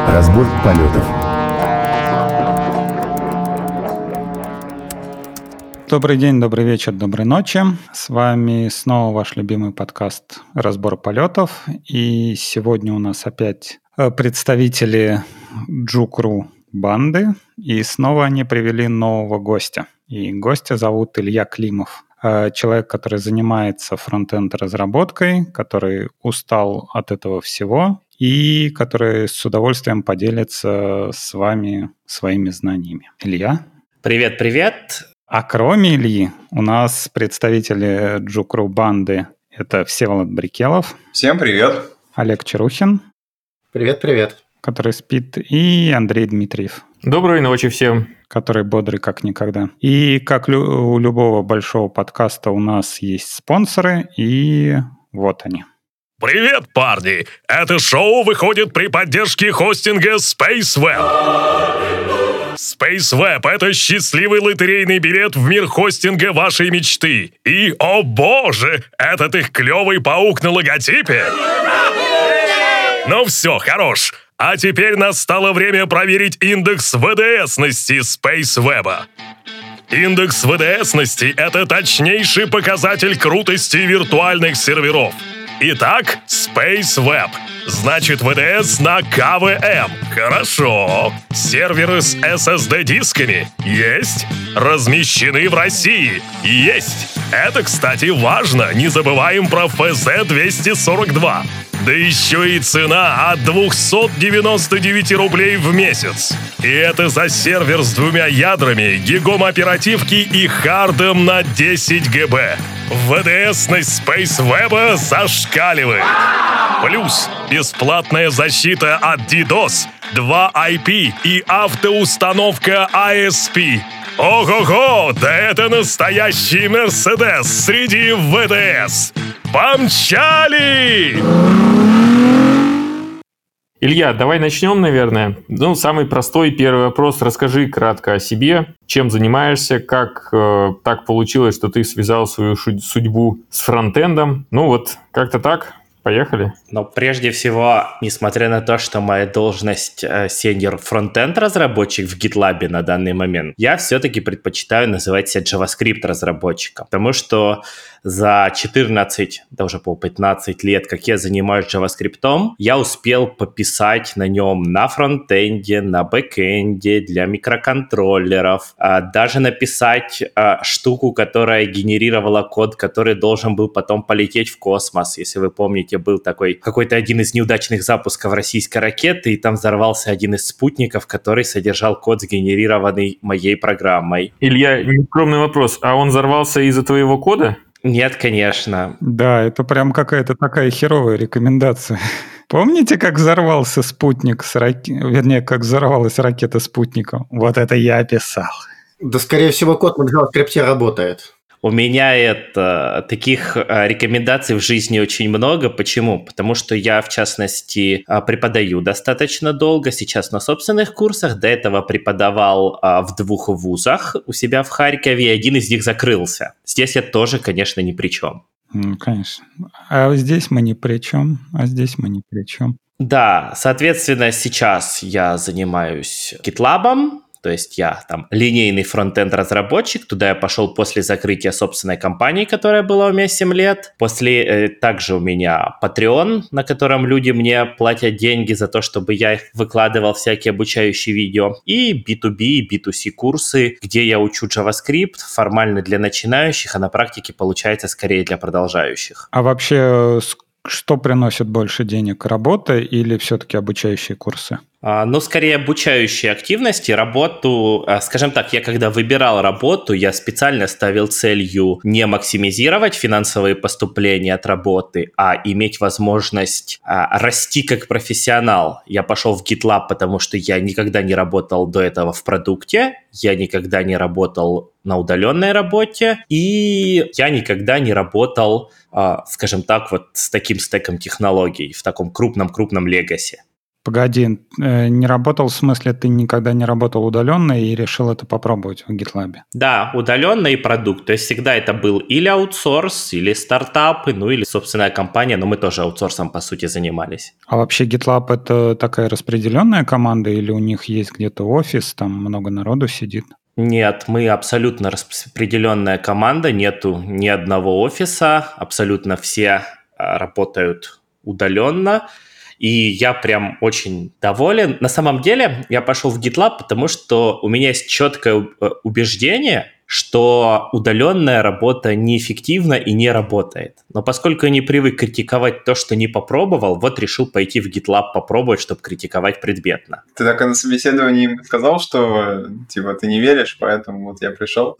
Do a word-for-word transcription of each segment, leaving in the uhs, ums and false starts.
Разбор полетов. Добрый день, добрый вечер, доброй ночи. С вами снова ваш любимый подкаст «Разбор полетов». И сегодня у нас опять представители Джукру банды. И снова они привели нового гостя. И гостя зовут Илья Климов. Человек, который занимается фронт-энд разработкой, который устал от этого всего и который с удовольствием поделится с вами своими знаниями. Илья? Привет, привет. А кроме Ильи у нас представители Джукру банды — это Всеволод Брикелов. Всем привет. Олег Чарухин. Привет, привет. Который спит. И Андрей Дмитриев. Доброй ночи всем. Который бодрый как никогда. И как лю- у любого большого подкаста у нас есть спонсоры, и вот они. Привет, парни! Это шоу выходит при поддержке хостинга SpaceWeb. SpaceWeb — это счастливый лотерейный билет в мир хостинга вашей мечты. И, о боже, этот их клевый паук на логотипе. Ну все, хорош. А теперь настало время проверить индекс вэ дэ эсности SpaceWeb. Индекс вэ дэ эсности — это точнейший показатель крутости виртуальных серверов. Итак, SpaceWeb. Значит, вэ дэ эс на ка вэ эм. Хорошо. Серверы с эс эс ди-дисками? Есть. Размещены в России? Есть. Это, кстати, важно. Не забываем про эф зет двести сорок два. Да еще и цена от двести девяносто девять рублей в месяц. И это за сервер с двумя ядрами, гигом оперативки и хардом на десять гигабайт. вэ дэ эсность SpaceWeb зашкаливает. Плюс бесплатная защита от DDoS, два ай пи и автоустановка ай эс пи. Ого-го, да это настоящий Мерседес среди вэ дэ эс. Помчали! Илья, давай начнем, наверное. Ну, самый простой первый вопрос. Расскажи кратко о себе, чем занимаешься, как э, так получилось, что ты связал свою шу- судьбу с фронтендом. Ну вот, как-то так. Поехали. Но прежде всего, несмотря на то, что моя должность э, senior фронтенд разработчик в GitLab на данный момент, я все-таки предпочитаю называть себя JavaScript разработчиком, потому что за четырнадцать, да уже по пятнадцать лет, как я занимаюсь JavaScript, я успел пописать на нем на фронтенде, на бэкенде, для микроконтроллеров, а даже написать а, штуку, которая генерировала код, который должен был потом полететь в космос. Если вы помните, был такой какой-то один из неудачных запусков российской ракеты, и там взорвался один из спутников, который содержал код, сгенерированный моей программой. Илья, нескромный вопрос. А он взорвался из-за твоего кода? Нет, конечно. Да, это прям какая-то такая херовая рекомендация. Помните, как взорвался спутник с раке... Вернее, как взорвалась ракета спутника? Вот это я описал. Да, скорее всего, код на JavaScript работает. У меня это, таких рекомендаций в жизни очень много. Почему? Потому что я, в частности, преподаю достаточно долго, сейчас на собственных курсах. До этого преподавал в двух вузах у себя в Харькове, и один из них закрылся. Здесь я тоже, конечно, ни при чем. Ну, конечно. А здесь мы ни при чем, а здесь мы ни при чем. Да, соответственно, сейчас я занимаюсь GitLab'ом. То есть я там линейный фронтенд-разработчик. Туда я пошел после закрытия собственной компании, которая была у меня семь лет. После э, также у меня Patreon, на котором люди мне платят деньги за то, чтобы я выкладывал всякие обучающие видео. И би ту би, и би ту си курсы, где я учу JavaScript формально для начинающих, а на практике получается скорее для продолжающих. А вообще, что приносит больше денег? Работа или все-таки обучающие курсы? Ну, скорее обучающие активности, работу, скажем так, я когда выбирал работу, я специально ставил целью не максимизировать финансовые поступления от работы, а иметь возможность а, расти как профессионал. Я пошел в GitLab, потому что я никогда не работал до этого в продукте, я никогда не работал на удаленной работе, и я никогда не работал, а, скажем так, вот с таким стеком технологий в таком крупном-крупном легаси. Погоди, э, не работал, в смысле, ты никогда не работал удаленно и решил это попробовать в GitLab? Да, удаленный продукт. То есть всегда это был или аутсорс, или стартапы, ну или собственная компания, но мы тоже аутсорсом, по сути, занимались. А вообще GitLab — это такая распределенная команда или у них есть где-то офис, там много народу сидит? Нет, мы абсолютно распределенная команда, нету ни одного офиса, абсолютно все работают удаленно, и я прям очень доволен. На самом деле я пошел в GitLab, потому что у меня есть четкое убеждение, что удаленная работа неэффективна и не работает. Но поскольку я не привык критиковать то, что не попробовал, вот решил пойти в GitLab попробовать, чтобы критиковать предметно. Ты так на собеседовании сказал, что типа ты не веришь, поэтому вот я пришел.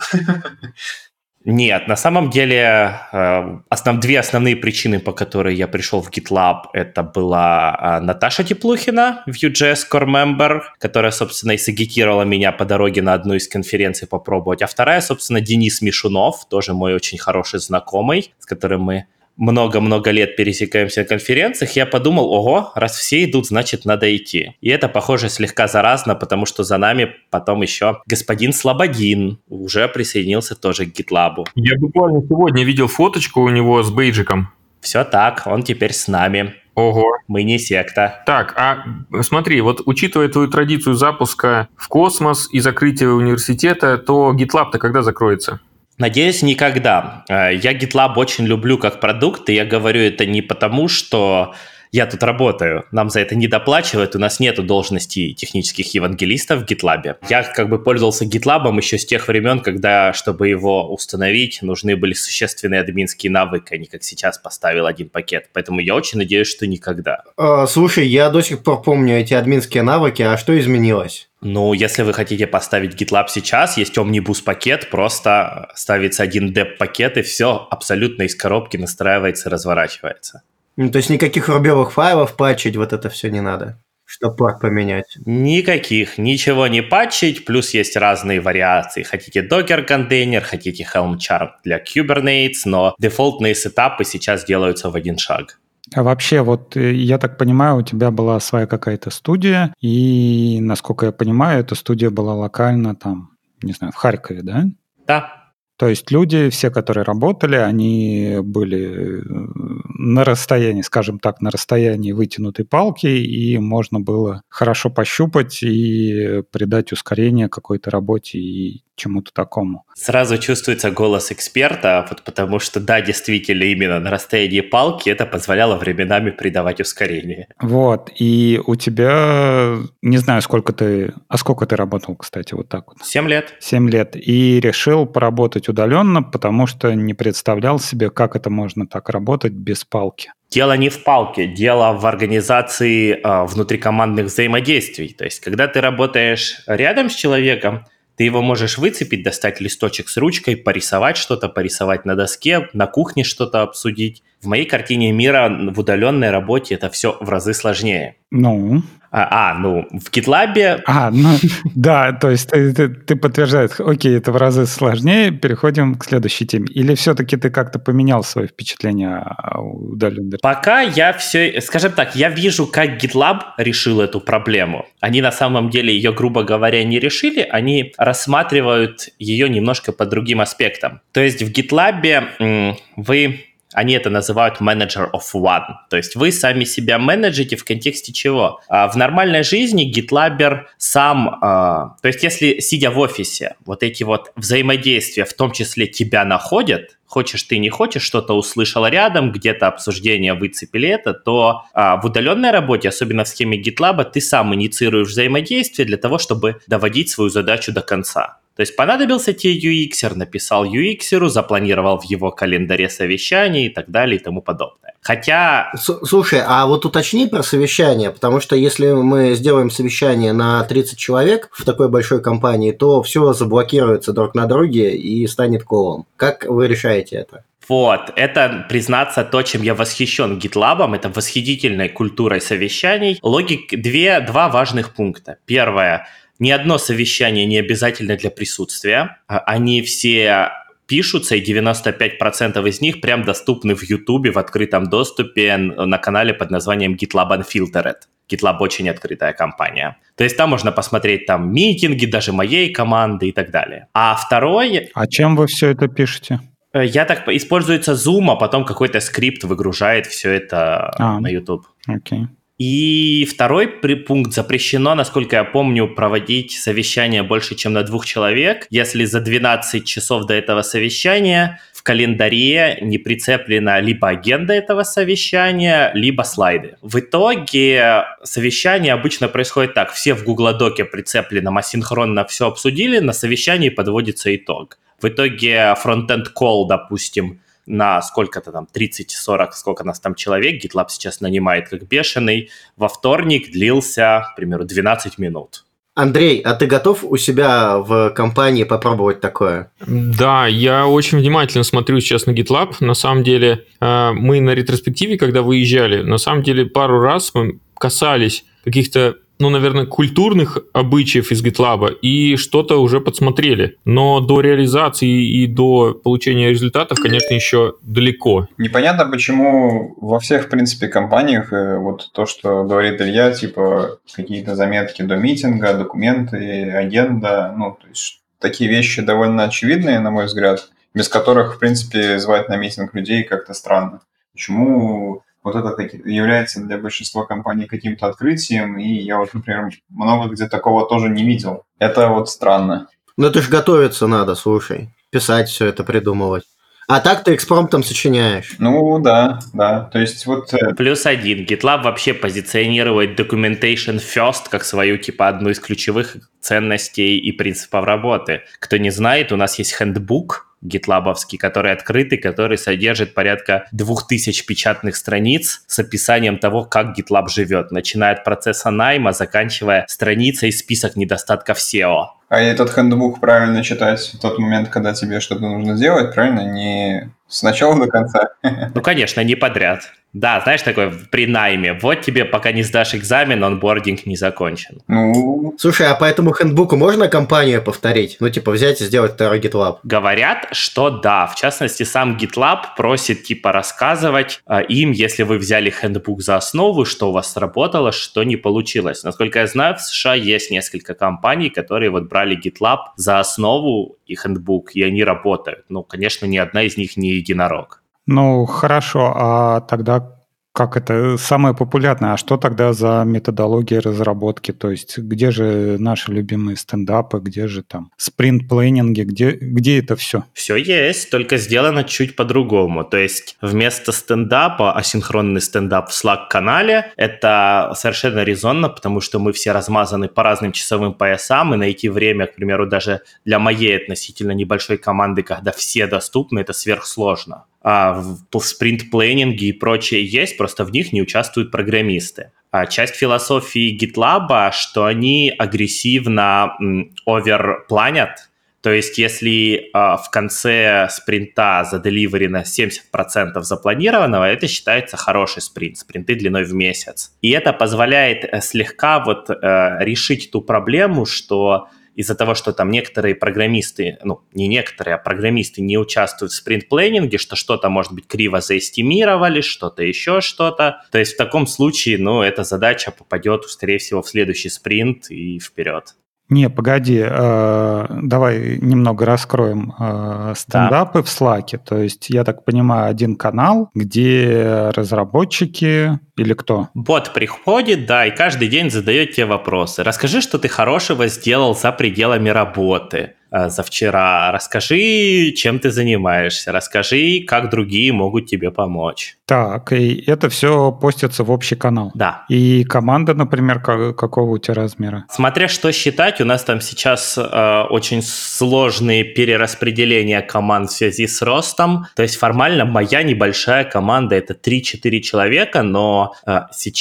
Нет, на самом деле основ, две основные причины, по которой я пришел в GitLab, это была Наташа Теплухина, Vue.js Core Member, которая, собственно, и сагитировала меня по дороге на одну из конференций попробовать. А вторая, собственно, Денис Мишунов, тоже мой очень хороший знакомый, с которым мы много-много лет пересекаемся на конференциях, я подумал, ого, раз все идут, значит, надо идти. И это, похоже, слегка заразно, потому что за нами потом еще господин Слободин уже присоединился тоже к GitLab. Я буквально сегодня видел фоточку у него с бейджиком. Все так, он теперь с нами. Ого. Мы не секта. Так, а смотри, вот учитывая твою традицию запуска в космос и закрытия университета, то GitLab-то когда закроется? Надеюсь, никогда. Я GitLab очень люблю как продукт, и я говорю это не потому, что я тут работаю, нам за это не доплачивают, у нас нету должности технических евангелистов в GitLab. Я как бы пользовался GitLab еще с тех времен, когда, чтобы его установить, нужны были существенные админские навыки, а не как сейчас поставил один пакет. Поэтому я очень надеюсь, что никогда. А, слушай, я до сих пор помню эти админские навыки, а что изменилось? Ну, если вы хотите поставить GitLab сейчас, есть Omnibus-пакет, просто ставится один деп-пакет, и все абсолютно из коробки настраивается и разворачивается. Ну, то есть никаких рубевых файлов патчить, вот это все не надо, чтобы порт поменять? Никаких, ничего не патчить, плюс есть разные вариации. Хотите Docker-контейнер, хотите Helm Chart для Kubernetes, но дефолтные сетапы сейчас делаются в один шаг. А вообще, вот я так понимаю, у тебя была своя какая-то студия, и, насколько я понимаю, эта студия была локально там, не знаю, в Харькове, да? Да. То есть люди, все, которые работали, они были на расстоянии, скажем так, на расстоянии вытянутой палки, и можно было хорошо пощупать и придать ускорение какой-то работе и чему-то такому. Сразу чувствуется голос эксперта, вот потому что, да, действительно, именно на расстоянии палки это позволяло временами придавать ускорение. Вот, и у тебя, не знаю, сколько ты, а сколько ты работал, кстати, вот так вот? Семь лет. Семь лет. И решил поработать удаленно, потому что не представлял себе, как это можно так работать без палки. Дело не в палке, дело в организации э, внутрикомандных взаимодействий. То есть, когда ты работаешь рядом с человеком, ты его можешь выцепить, достать листочек с ручкой, порисовать что-то, порисовать на доске, на кухне что-то обсудить. В моей картине мира в удаленной работе это все в разы сложнее. Ну? А, а ну, в GitLab... А, ну, да, то есть ты, ты, ты подтверждаешь, окей, это в разы сложнее, переходим к следующей теме. Или все-таки ты как-то поменял свое впечатление о удаленной? Пока я все... Скажем так, я вижу, как GitLab решил эту проблему. Они на самом деле ее, грубо говоря, не решили, они рассматривают ее немножко по другим аспектам. То есть в GitLab м, вы... Они это называют manager of one. То есть вы сами себя менеджите в контексте чего? А в нормальной жизни GitLabber сам... А, то есть если, сидя в офисе, вот эти вот взаимодействия, в том числе тебя находят, хочешь ты, не хочешь, что-то услышал рядом, где-то обсуждение выцепили это, то а, в удаленной работе, особенно в схеме GitLab, ты сам инициируешь взаимодействие для того, чтобы доводить свою задачу до конца. То есть понадобился тебе ю эксер, написал ю эксеру, запланировал в его календаре совещания и так далее и тому подобное. Хотя... Слушай, а вот уточни про совещание, потому что если мы сделаем совещание на тридцать человек в такой большой компании, то все заблокируется друг на друге и станет колом. Как вы решаете это? Вот, это, признаться, то, чем я восхищен GitLab, это восхитительной культурой совещаний. Логик, две, два важных пункта. Первое. Ни одно совещание не обязательно для присутствия. Они все пишутся, и девяносто пять процентов из них прям доступны в YouTube в открытом доступе на канале под названием GitLab Unfiltered. GitLab очень открытая компания. То есть там можно посмотреть там митинги даже моей команды и так далее. А второй... А чем вы все это пишете? Я так... Используется Zoom, а потом какой-то скрипт выгружает все это а, на YouTube. Окей. И второй пункт: запрещено, насколько я помню, проводить совещание больше, чем на двух человек, если за двенадцать часов до этого совещания в календаре не прицеплена либо агенда этого совещания, либо слайды. В итоге совещание обычно происходит так: все в Google Доке прицеплено, асинхронно все обсудили, на совещании подводится итог. В итоге фронтенд call, допустим, на сколько-то там, тридцать-сорок, сколько нас там человек, GitLab сейчас нанимает как бешеный, во вторник длился, к примеру, двенадцать минут. Андрей, а ты готов у себя в компании попробовать такое? Да, я очень внимательно смотрю сейчас на GitLab. На самом деле, мы на ретроспективе, когда выезжали, на самом деле пару раз мы касались каких-то, ну, наверное, культурных обычаев из GitLab и что-то уже подсмотрели. Но до реализации и до получения результатов, конечно, еще далеко. Непонятно, почему во всех, в принципе, компаниях вот то, что говорит Илья, типа какие-то заметки до митинга, документы, агенда, ну, то есть такие вещи довольно очевидные, на мой взгляд, без которых, в принципе, звать на митинг людей как-то странно. Почему... Вот это является для большинства компаний каким-то открытием, и я вот, например, много где такого тоже не видел. Это вот странно. Ну, это же готовиться надо, слушай. Писать все это, придумывать. А так ты экспромтом сочиняешь. Ну, да, да. То есть вот... Плюс один. GitLab вообще позиционирует documentation first как свою, типа, одну из ключевых ценностей и принципов работы. Кто не знает, у нас есть handbook гитлабовский, который открытый, который содержит порядка двух тысяч печатных страниц с описанием того, как GitLab живет, начиная от процесса найма, заканчивая страницей список недостатков сео. А этот хэндбук правильно читать в тот момент, когда тебе что-то нужно сделать, правильно? Не с начала до конца. Ну, конечно, не подряд. Да, знаешь, такое при найме. Вот тебе, пока не сдашь экзамен, онбординг не закончен. Ну... Слушай, а по этому хэндбуку можно компанию повторить? Ну, типа, взять и сделать второй GitLab? Говорят, что да. В частности, сам GitLab просит, типа, рассказывать э, им, если вы взяли хэндбук за основу, что у вас сработало, что не получилось. Насколько я знаю, в США есть несколько компаний, которые вот брали GitLab за основу и хэндбук, и они работают. Ну, конечно, ни одна из них не единорог. Ну, хорошо, а тогда как это самое популярное? А что тогда за методология разработки? То есть где же наши любимые стендапы, где же там спринт-планинги, где, где это все? Все есть, только сделано чуть по-другому. То есть вместо стендапа, асинхронный стендап в Slack-канале, это совершенно резонно, потому что мы все размазаны по разным часовым поясам, и найти время, к примеру, даже для моей относительно небольшой команды, когда все доступны, это сверхсложно. А в спринт-планинге и прочее есть, просто в них не участвуют программисты. А часть философии GitLab, что они агрессивно оверпланят. То есть если а, в конце спринта заделиверено семьдесят процентов запланированного, это считается хороший спринт, спринты длиной в месяц. И это позволяет слегка вот, э, решить ту проблему, что... Из-за того, что там некоторые программисты, ну, не некоторые, а программисты не участвуют в спринт-планинге, что что-то, может быть, криво заэстимировали, что-то еще что-то. То есть в таком случае, ну, эта задача попадет, скорее всего, в следующий спринт и вперед. Не, погоди, э, давай немного раскроем э, стендапы да. в Slack. То есть, я так понимаю, один канал, где разработчики или кто? Бот приходит, да, и каждый день задает тебе вопросы. Расскажи, что ты хорошего сделал за пределами работы э, за вчера. Расскажи, чем ты занимаешься. Расскажи, как другие могут тебе помочь. Так, и это все постится в общий канал? Да. И команда, например, как, какого у тебя размера? Смотря что считать, у нас там сейчас э, очень сложные перераспределения команд в связи с ростом. То есть формально моя небольшая команда — это три-четыре человека, но э,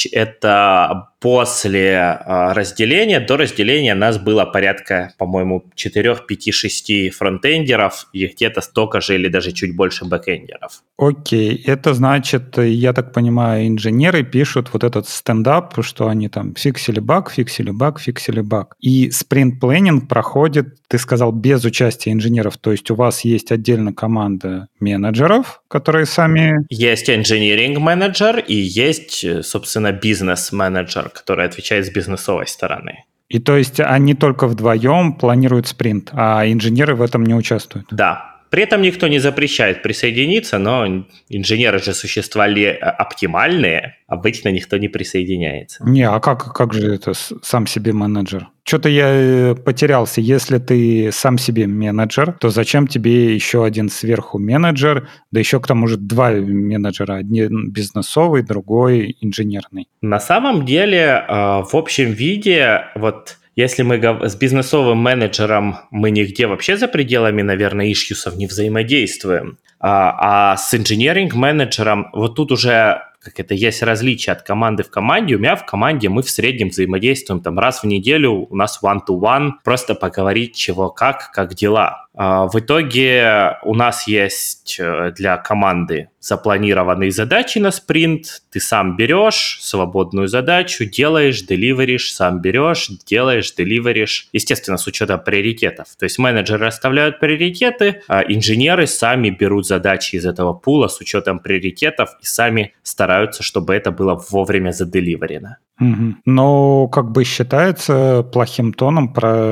это после э, разделения, до разделения нас было порядка, по-моему, четыре, пять, шесть фронтендеров и где-то столько же или даже чуть больше бэкендеров. Окей, это значит, я так понимаю, инженеры пишут вот этот стендап, что они там фиксили баг, фиксили баг, фиксили баг. И спринт-планинг проходит, ты сказал, без участия инженеров, то есть у вас есть отдельно команда менеджеров, которые сами... Есть engineering менеджер и есть, собственно, бизнес-менеджер, который отвечает с бизнесовой стороны. И то есть они только вдвоем планируют спринт, а инженеры в этом не участвуют? Да. При этом никто не запрещает присоединиться, но инженеры же существа ли оптимальные, обычно никто не присоединяется. Не, а как, как же это сам себе менеджер? Что-то я потерялся. Если ты сам себе менеджер, то зачем тебе еще один сверху менеджер, да еще к тому же два менеджера, один бизнесовый, другой инженерный? На самом деле, в общем виде, вот... Если мы с бизнесовым менеджером, мы нигде вообще за пределами, наверное, ишьюсов не взаимодействуем. А, а с инженеринг-менеджером вот тут уже как это есть различие от команды в команде. У меня в команде мы в среднем взаимодействуем там раз в неделю, у нас one-to-one, просто поговорить чего как, как дела. В итоге у нас есть для команды запланированные задачи на спринт. Ты сам берешь свободную задачу, делаешь, деливеришь, сам берешь, делаешь, деливеришь. Естественно, с учетом приоритетов. То есть менеджеры расставляют приоритеты, а инженеры сами берут задачи из этого пула с учетом приоритетов и сами стараются, чтобы это было вовремя заделиверено. Угу. Но как бы считается плохим тоном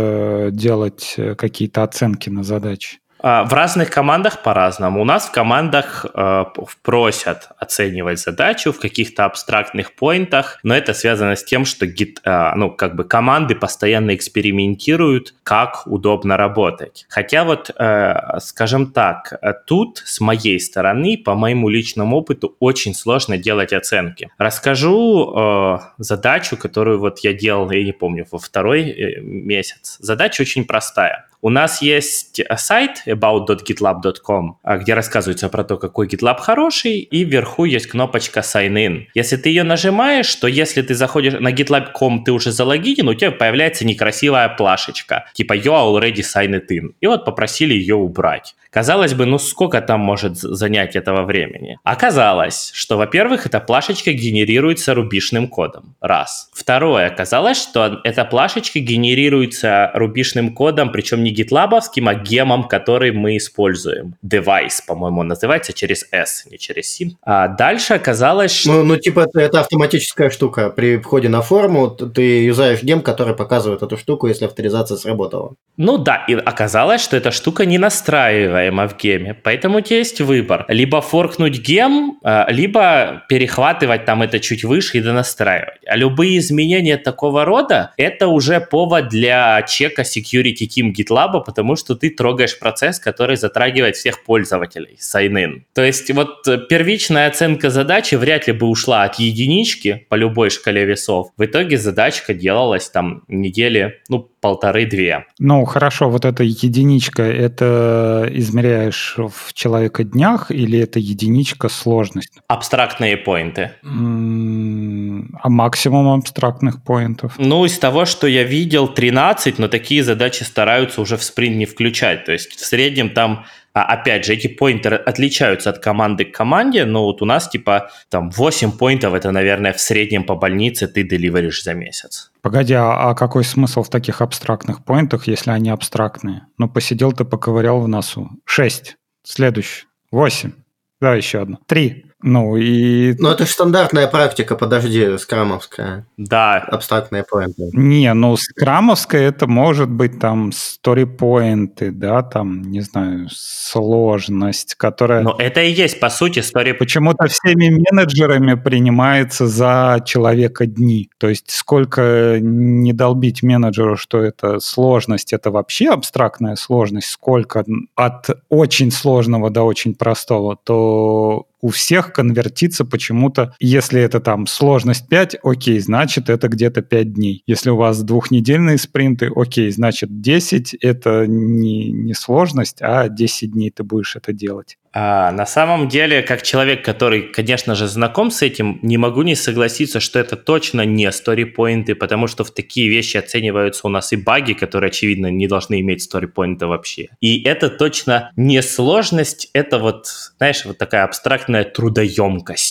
проделать какие-то оценки на задачи? В разных командах по-разному. У нас в командах э, просят оценивать задачу в каких-то абстрактных поинтах, но это связано с тем, что гит, э, ну, как бы команды постоянно экспериментируют, как удобно работать. Хотя вот, э, скажем так, тут с моей стороны, по моему личному опыту, очень сложно делать оценки. Расскажу э, задачу, которую вот я делал, я не помню, во второй месяц. Задача очень простая. У нас есть сайт about dot gitlab dot com, где рассказывается про то, какой GitLab хороший, и вверху есть кнопочка Sign In. Если ты ее нажимаешь, то если ты заходишь на gitlab точка com, ты уже залогинен, у тебя появляется некрасивая плашечка, типа you are already signed in. И вот попросили ее убрать. Казалось бы, ну сколько там может занять этого времени? Оказалось, что, во-первых, эта плашечка генерируется рубишным кодом. Раз. Второе. Оказалось, что эта плашечка генерируется рубишным кодом, причем не гитлабовским, а гемом, который мы используем. Device, по-моему, называется через S, не через S. А дальше оказалось, что... Ну, ну типа, это, это автоматическая штука. При входе на форму ты юзаешь гем, который показывает эту штуку, если авторизация сработала. Ну да, и оказалось, что эта штука не настраиваема в геме, поэтому у тебя есть выбор. Либо форкнуть гем, либо перехватывать там это чуть выше и донастраивать. А любые изменения такого рода, это уже повод для чека security team GitLab, потому что ты трогаешь процесс, который затрагивает всех пользователей. Sign in. То есть вот первичная оценка задачи вряд ли бы ушла от единички по любой шкале весов. В итоге задачка делалась там недели, ну, полторы-две. Ну, хорошо, вот эта единичка, это измеряешь в человека-днях или это единичка сложность? Абстрактные поинты. М-м, а максимум абстрактных поинтов? Ну, из того, что я видел, тринадцать, но такие задачи стараются уже в спринт не включать. То есть в среднем там, опять же, эти поинтеры отличаются от команды к команде, но вот у нас типа там восемь поинтов, это, наверное, в среднем по больнице ты деливеришь за месяц. Погоди, а, а какой смысл в таких абстрактных поинтах, если они абстрактные? Ну, посидел ты, поковырял в носу. Шесть. Следующий. Восемь. Да, еще одно. Три. Ну, и... Ну, это же стандартная практика, подожди, скрамовская. Да. Абстрактные поинты. Не, ну, скрамовская это может быть там story-поинты, да, там, не знаю, сложность, которая... Но это и есть, по сути, story... Почему-то всеми менеджерами принимается за человека дни. То есть сколько не долбить менеджеру, что это сложность, это вообще абстрактная сложность, сколько от очень сложного до очень простого, то... у всех конвертится почему-то, если это там сложность пять, окей, значит это где-то пять дней. Если у вас двухнедельные спринты, окей, значит десять это не, не сложность, а десять дней ты будешь это делать. А, на самом деле, как человек, который, конечно же, знаком с этим, не могу не согласиться, что это точно не story-поинты, потому что в такие вещи оцениваются у нас и баги, которые, очевидно, не должны иметь story-поинта вообще. И это точно не сложность, это вот, знаешь, вот такая абстрактная трудоемкость.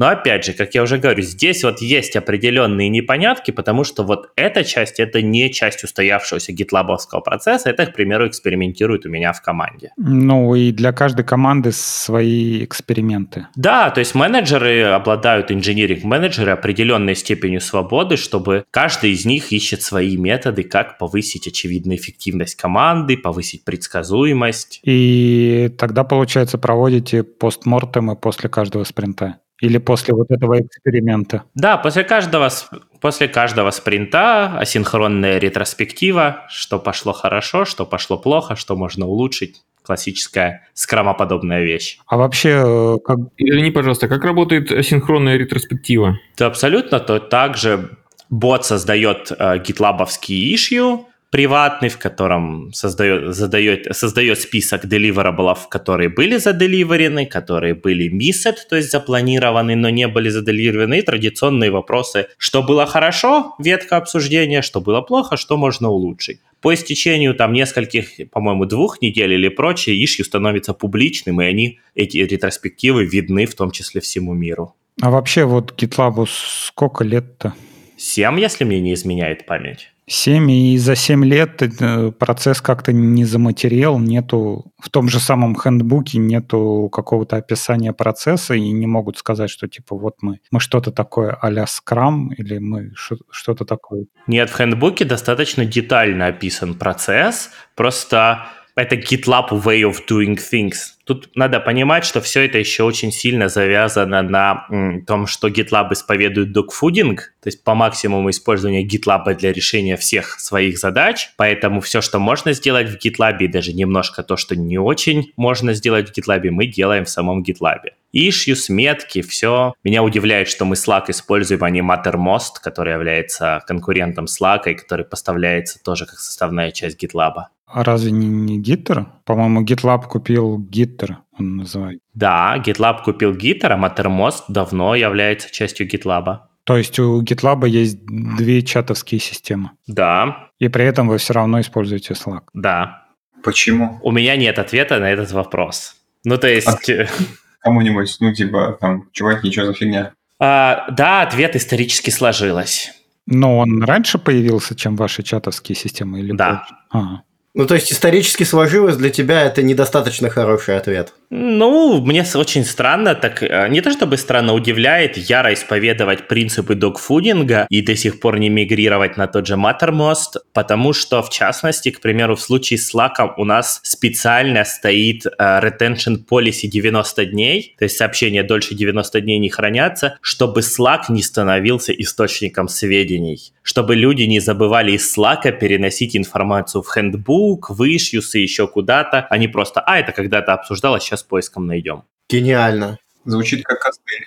Но опять же, как я уже говорю, здесь вот есть определенные непонятки, потому что вот эта часть, это не часть устоявшегося гитлабовского процесса, это, к примеру, экспериментирует у меня в команде. Ну и для каждой команды свои эксперименты. Да, то есть менеджеры обладают, инжиниринг-менеджеры, определенной степенью свободы, чтобы каждый из них ищет свои методы, как повысить, очевидно, эффективность команды, повысить предсказуемость. И тогда, получается, проводите постмортемы после каждого спринта? Или после вот этого эксперимента? Да, после каждого, после каждого спринта асинхронная ретроспектива, что пошло хорошо, что пошло плохо, что можно улучшить. Классическая скрамоподобная вещь. А вообще, как... Извини, пожалуйста, как работает асинхронная ретроспектива? Да, абсолютно, то также бот создает э, гитлабовский issue, приватный, в котором создает, задает, создает список деливераблов, которые были заделиверены, которые были missed, то есть запланированы, но не были заделиверены, и традиционные вопросы, что было хорошо, ветка обсуждения, что было плохо, что можно улучшить. По истечению там нескольких, по-моему, двух недель или прочее, issue становится публичным, и они, эти ретроспективы видны в том числе всему миру. А вообще вот GitLab'у сколько лет-то? Семь, если мне не изменяет память. Семь, и за семь лет процесс как-то не заматериал, нету в том же самом хендбуке нету какого-то описания процесса, и не могут сказать, что типа вот мы, мы что-то такое а-ля Scrum, или мы что-то такое. Нет, в хендбуке достаточно детально описан процесс, просто это GitLab way of doing things. Тут надо понимать, что все это еще очень сильно завязано на м, том, что GitLab исповедует догфудинг, то есть по максимуму использования GitLab для решения всех своих задач, поэтому все, что можно сделать в GitLab, и даже немножко то, что не очень можно сделать в GitLab, мы делаем в самом GitLab. Issues, метки, все. Меня удивляет, что мы Slack используем, а не Mattermost, который является конкурентом Slack и который поставляется тоже как составная часть GitLab. А разве не, не Gitter? По-моему, GitLab купил Gitter, он называется. Да, GitLab купил Gitter, а Mattermost давно является частью GitLab. То есть у GitLab есть две чатовские системы? Да. И при этом вы все равно используете Slack? Да. Почему? У меня нет ответа на этот вопрос. Ну, то есть... А кому-нибудь, ну, типа, там, чуваки, что за фигня? А, да, ответ исторически сложилось. Но он раньше появился, чем ваши чатовские системы? Или да. А. Ну, то есть исторически сложилось, для тебя это недостаточно хороший ответ. Ну, мне очень странно, так не то чтобы странно, удивляет яро исповедовать принципы догфудинга и до сих пор не мигрировать на тот же Mattermost, потому что, в частности, к примеру, в случае с Slack у нас специально стоит uh, retention policy девяносто дней, то есть сообщения дольше девяноста дней не хранятся, чтобы Slack не становился источником сведений, чтобы люди не забывали из Slack переносить информацию в handbook, в issues и еще куда-то, а не просто, а, это когда-то обсуждалось, сейчас поиском найдем. Гениально. Звучит как костыль.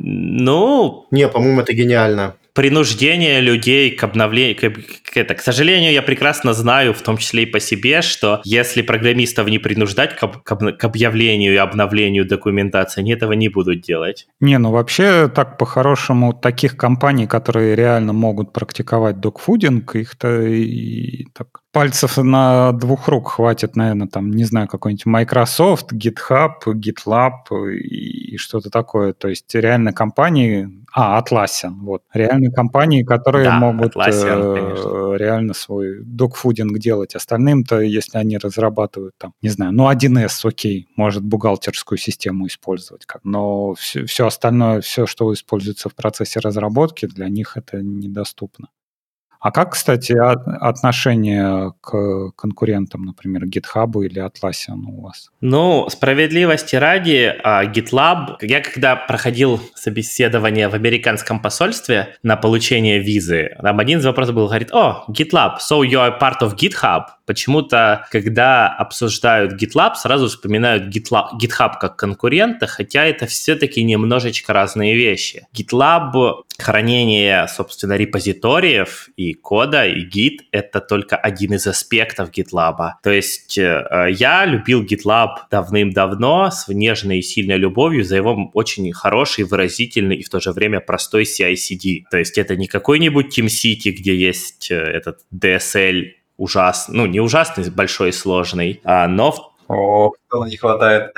Ну... Не, по-моему, это гениально. Принуждение людей к обновлению... К, к, это, к сожалению, я прекрасно знаю, в том числе и по себе, что если программистов не принуждать к, к, к объявлению и обновлению документации, они этого не будут делать. Не, ну вообще так по-хорошему таких компаний, которые реально могут практиковать догфудинг, их-то и так... Пальцев на двух рук хватит, наверное, там, не знаю, какой-нибудь Microsoft, GitHub, GitLab и что-то такое. То есть реально компании... А, Atlassian, вот. Реальные компании, которые да, могут Atlassian, э, реально свой догфудинг делать. Остальным-то, если они разрабатывают там, не знаю, ну, один эс, окей, может бухгалтерскую систему использовать. Но все, все остальное, все, что используется в процессе разработки, для них это недоступно. А как, кстати, отношение к конкурентам, например, GitHub или Atlassian у вас? Ну, справедливости ради, GitLab... Я когда проходил собеседование в американском посольстве на получение визы, там один из вопросов был, говорит, о, GitLab, so you are part of GitHub. Почему-то, когда обсуждают GitLab, сразу вспоминают GitLab, GitHub как конкурента, хотя это все-таки немножечко разные вещи. GitLab, хранение, собственно, репозиториев и кода, и Git — это только один из аспектов GitLab. То есть я любил GitLab давным-давно с нежной и сильной любовью за его очень хороший, выразительный и в то же время простой си ай си ди. То есть это не какой-нибудь TeamCity, где есть этот ди эс эл ужасный, ну не ужасный, большой и сложный, а, но... О, Антона не хватает.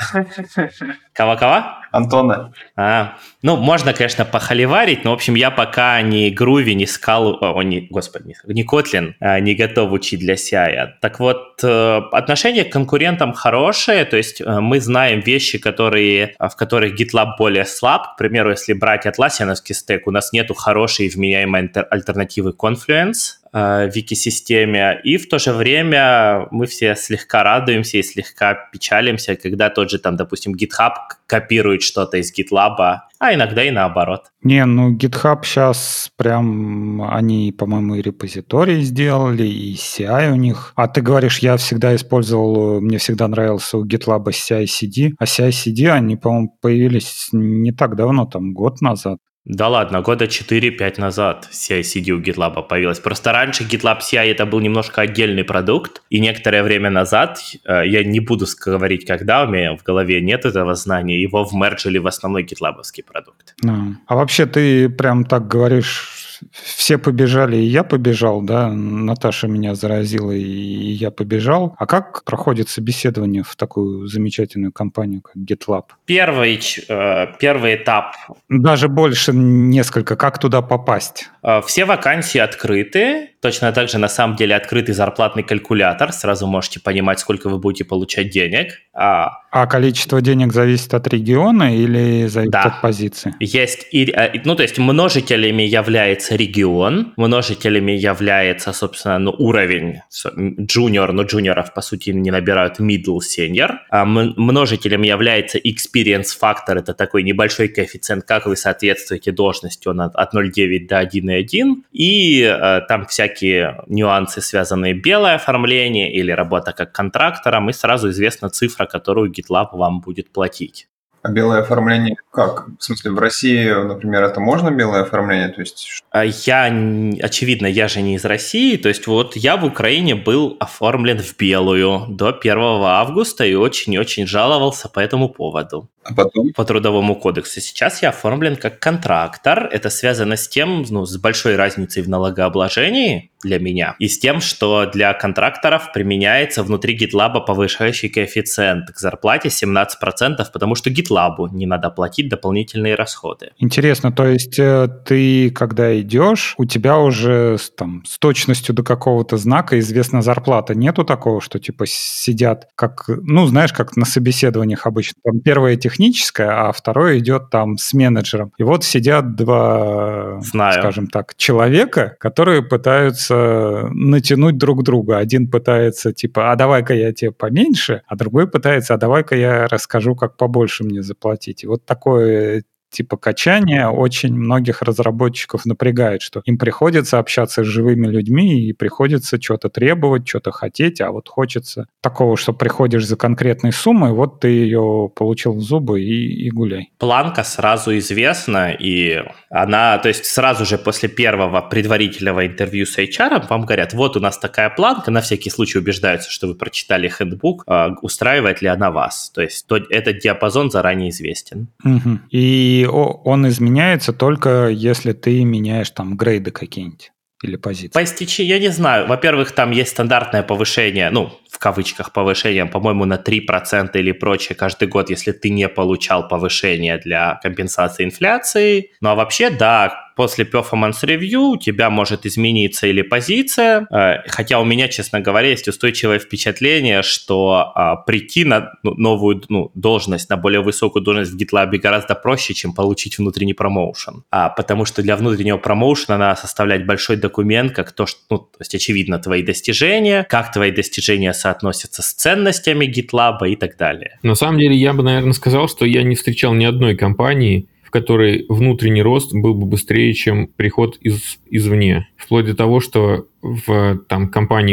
Кого-кого? Антона. А, ну, можно, конечно, похоливарить, но, в общем, я пока ни Groovy, ни Scala, о, не, господи, не Kotlin а, не готов учить для си ай. Так вот, отношение к конкурентам хорошее, то есть мы знаем вещи, которые, в которых GitLab более слаб. К примеру, если брать атласиановский стек, у нас нету хорошей и вменяемой альтернативы Confluence в экосистеме, и в то же время мы все слегка радуемся и слегка печалимся, когда тот же, там, допустим, GitHub копирует что-то из GitLab, а иногда и наоборот. Не, ну GitHub сейчас прям, они, по-моему, и репозиторий сделали, и си ай у них. А ты говоришь, я всегда использовал, мне всегда нравился у GitLab си ай си ди, а си ай си ди, они, по-моему, появились не так давно, там, год назад. Да ладно, года четыре-пять назад си ай си ди у GitLab появилась. Просто раньше GitLab си ай это был немножко отдельный продукт, и некоторое время назад, я не буду говорить когда, у меня в голове нет этого знания, его вмерджили в основной GitLab-овский продукт. А, а вообще ты прям так говоришь, все побежали, и я побежал, да? Наташа меня заразила, и я побежал. А как проходит собеседование в такую замечательную компанию, как GitLab? Первый, э, первый этап. Даже больше несколько. Как туда попасть? Э, все вакансии открыты. Точно так же, на самом деле, открытый зарплатный калькулятор. Сразу можете понимать, сколько вы будете получать денег. А, а количество денег зависит от региона или зависит да. от позиции? Есть, и, ну, то есть множителями является регион, множителями является, собственно, ну, уровень junior, но джуниоров, по сути, не набирают middle, senior. А множителем является experience factor, это такой небольшой коэффициент, как вы соответствуете должности, он от, от ноль целых девять до один целых один. И э, там всякие нюансы, связанные белое оформление или работа как контрактором, и сразу известна цифра, которую GitLab вам будет платить. А белое оформление как? В смысле, в России, например, это можно белое оформление? То есть... Я, очевидно, я же не из России, то есть вот я в Украине был оформлен в белую до первого августа и очень-очень жаловался по этому поводу. А потом? По Трудовому кодексу. Сейчас я оформлен как контрактор. Это связано с тем, ну, с большой разницей в налогообложении для меня и с тем, что для контракторов применяется внутри GitLab повышающий коэффициент к зарплате семнадцать процентов, потому что GitLab не надо платить дополнительные расходы. Интересно, то есть ты, когда идешь, у тебя уже там с точностью до какого-то знака известна зарплата. Нету такого, что типа сидят как, ну, знаешь, как на собеседованиях обычно. Там первое техническое, а второе идет там с менеджером. И вот сидят два, Знаю. скажем так, человека, которые пытаются натянуть друг друга. Один пытается типа, а давай-ка я тебе поменьше, а другой пытается, а давай-ка я расскажу, как побольше мне заплатить. И вот такое типа качание очень многих разработчиков напрягает, что им приходится общаться с живыми людьми и приходится что-то требовать, что-то хотеть, а вот хочется такого, что приходишь за конкретной суммой, вот ты ее получил в зубы и, и гуляй. Планка сразу известна, и она, то есть сразу же после первого предварительного интервью с эйч ар вам говорят, вот у нас такая планка, на всякий случай убеждаются, что вы прочитали хэндбук, устраивает ли она вас, то есть этот диапазон заранее известен. Угу. И И он изменяется только если ты меняешь там грейды какие-нибудь или позиции. По истечении, я не знаю. Во-первых, там есть стандартное повышение, ну, в кавычках повышение, по-моему, на три процента или прочее каждый год, если ты не получал повышение для компенсации инфляции. Ну, а вообще, да, после performance review у тебя может измениться или позиция, хотя у меня, честно говоря, есть устойчивое впечатление, что а, прийти на новую ну, должность, на более высокую должность в GitLab гораздо проще, чем получить внутренний промоушен. А, потому что для внутреннего промоушена надо составлять большой документ, как то, что, ну, то есть, очевидно, твои достижения, как твои достижения соотносятся с ценностями GitLab и так далее. На самом деле, я бы, наверное, сказал, что я не встречал ни одной компании, в которой внутренний рост был бы быстрее, чем приход из, извне. Вплоть до того, что в там, компании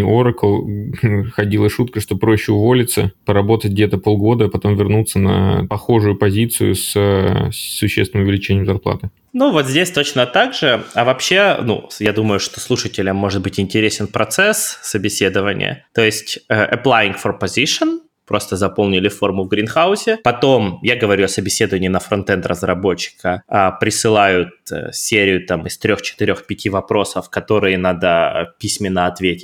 Oracle ходила шутка, что проще уволиться, поработать где-то полгода, а потом вернуться на похожую позицию с, с существенным увеличением зарплаты. Ну, вот здесь точно так же. А вообще, ну, я думаю, что слушателям может быть интересен процесс собеседования. То есть uh, applying for position, просто заполнили форму в Гринхаусе. Потом, я говорю о собеседовании на фронтенд разработчика, присылают серию там из трех, четырех, пяти вопросов, которые надо письменно ответить.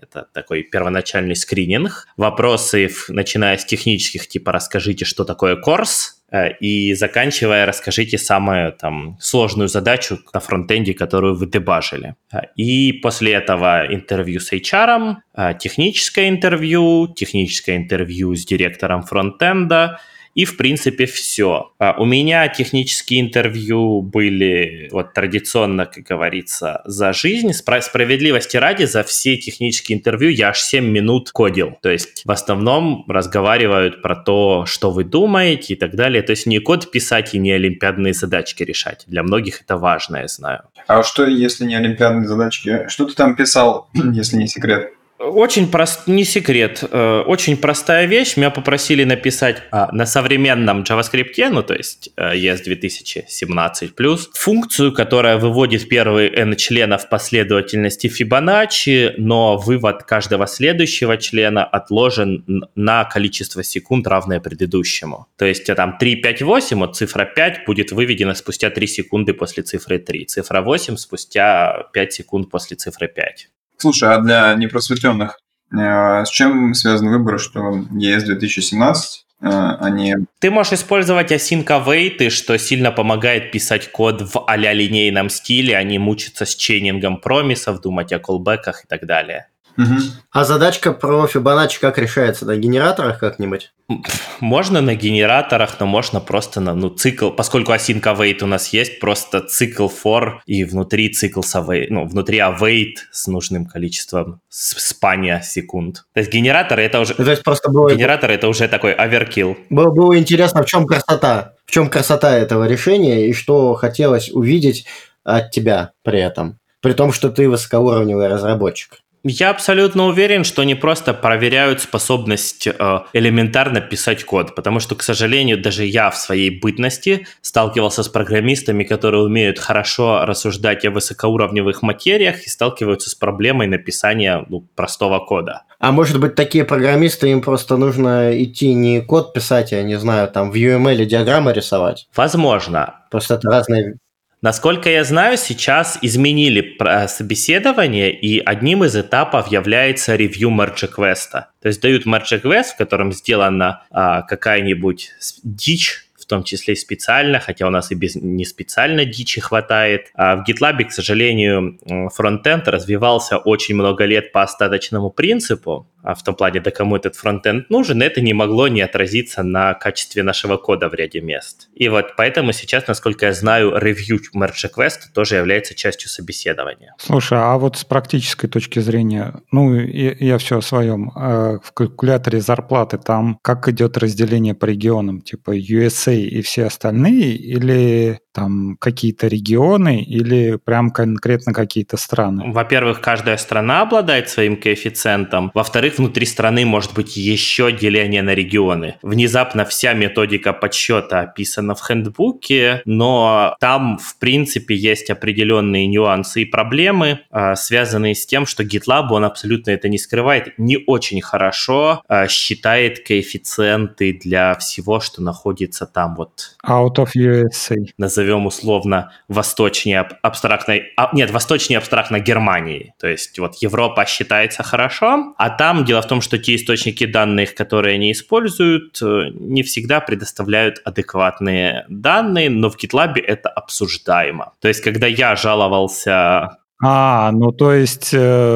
Это такой первоначальный скрининг. Вопросы, начиная с технических, типа «расскажите, что такое корс», и заканчивая «расскажите самую там сложную задачу на фронтенде, которую вы дебажили». И после этого интервью с эйч ар, техническое интервью, техническое интервью с директором фронтенда, и, в принципе, все. У меня технические интервью были вот традиционно, как говорится, за жизнь. Справедливости ради, за все технические интервью я аж семь минут кодил. То есть в основном разговаривают про то, что вы думаете и так далее. То есть не код писать и не олимпиадные задачки решать. Для многих это важно, я знаю. А что, если не олимпиадные задачки? Что ты там писал, если не секрет? Очень прост, не секрет, э, очень простая вещь. Меня попросили написать а, на современном JavaScript, ну то есть э, и эс две тысячи семнадцать плюс, функцию, которая выводит первые n членов последовательности Фибоначчи, но вывод каждого следующего члена отложен на количество секунд, равное предыдущему. То есть а, там три, пять, восемь, вот цифра пять будет выведена спустя три секунды после цифры три, цифра восемь спустя пять секунд после цифры пять. Слушай, а для непросветленных, э, с чем связан выбор, что и эс две тысячи семнадцать, э, а не... Ты можешь использовать async await, что сильно помогает писать код в а-ля линейном стиле, а не мучиться с чейнингом промисов, думать о колбеках и так далее. Угу. А задачка про Фибоначчи как решается? На генераторах как-нибудь? Можно на генераторах, но можно просто на ну, цикл, поскольку async await у нас есть, просто цикл for и внутри цикл await, ну, внутри await с нужным количеством спания секунд. То есть генераторы это уже... То есть просто было... Генератор это уже такой оверкилл. Было, было интересно, в чем красота? В чем красота этого решения и что хотелось увидеть от тебя при этом? При том, что ты высокоуровневый разработчик. Я абсолютно уверен, что они просто проверяют способность э, элементарно писать код, потому что, к сожалению, даже я в своей бытности сталкивался с программистами, которые умеют хорошо рассуждать о высокоуровневых материях и сталкиваются с проблемой написания ну, простого кода. А может быть, такие программисты, им просто нужно идти не код писать, а, не знаю, там в ю эм эл диаграммы рисовать? Возможно. Просто это разные... Насколько я знаю, сейчас изменили собеседование, и одним из этапов является ревью мердж-реквеста. То есть дают мердж-реквест, в котором сделана а, какая-нибудь дичь, в том числе специально, хотя у нас и без не специально дичи хватает. А в GitLab, к сожалению, фронтенд развивался очень много лет по остаточному принципу, а в том плане, да кому этот фронтенд нужен, это не могло не отразиться на качестве нашего кода в ряде мест. И вот поэтому сейчас, насколько я знаю, ревью merge request тоже является частью собеседования. Слушай, а вот с практической точки зрения, ну, я, я все о своем, в калькуляторе зарплаты там как идет разделение по регионам, типа ю эс эй и все остальные, или там какие-то регионы, или прям конкретно какие-то страны? Во-первых, каждая страна обладает своим коэффициентом. Во-вторых, внутри страны может быть еще деление на регионы. Внезапно вся методика подсчета описана в хендбуке, но там, в принципе, есть определенные нюансы и проблемы, связанные с тем, что GitLab, он абсолютно это не скрывает, не очень хорошо считает коэффициенты для всего, что находится там вот. Out of ю эс эй. Назовем условно восточнее абстрактной... А, нет, восточнее абстрактно Германии. То есть вот Европа считается хорошо, а там дело в том, что те источники данных, которые они используют, не всегда предоставляют адекватные данные, но в GitLab это обсуждаемо. То есть когда я жаловался... А, ну то есть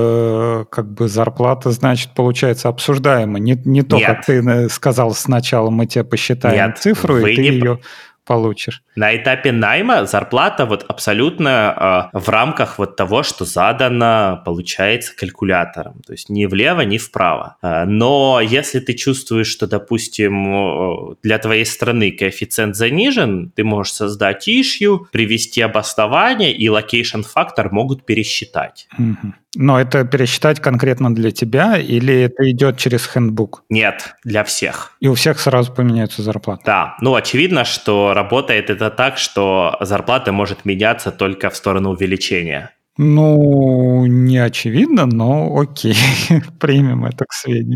э, как бы зарплата, значит, получается обсуждаемо. Не, не то, Нет. как ты сказал сначала, мы тебе посчитаем Нет, цифру, и ты не... ее получишь. На этапе найма зарплата вот абсолютно э, в рамках вот того, что задано, получается, калькулятором. То есть ни влево, ни вправо. Э, но если ты чувствуешь, что, допустим, для твоей страны коэффициент занижен, ты можешь создать issue, привести обоснование, и location фактор могут пересчитать. Угу. Но это пересчитать конкретно для тебя, или это идет через хендбук? Нет, для всех. И у всех сразу поменяются зарплаты? Да, ну очевидно, что работает это так, что зарплата может меняться только в сторону увеличения. Ну, не очевидно, но окей, примем это к сведению.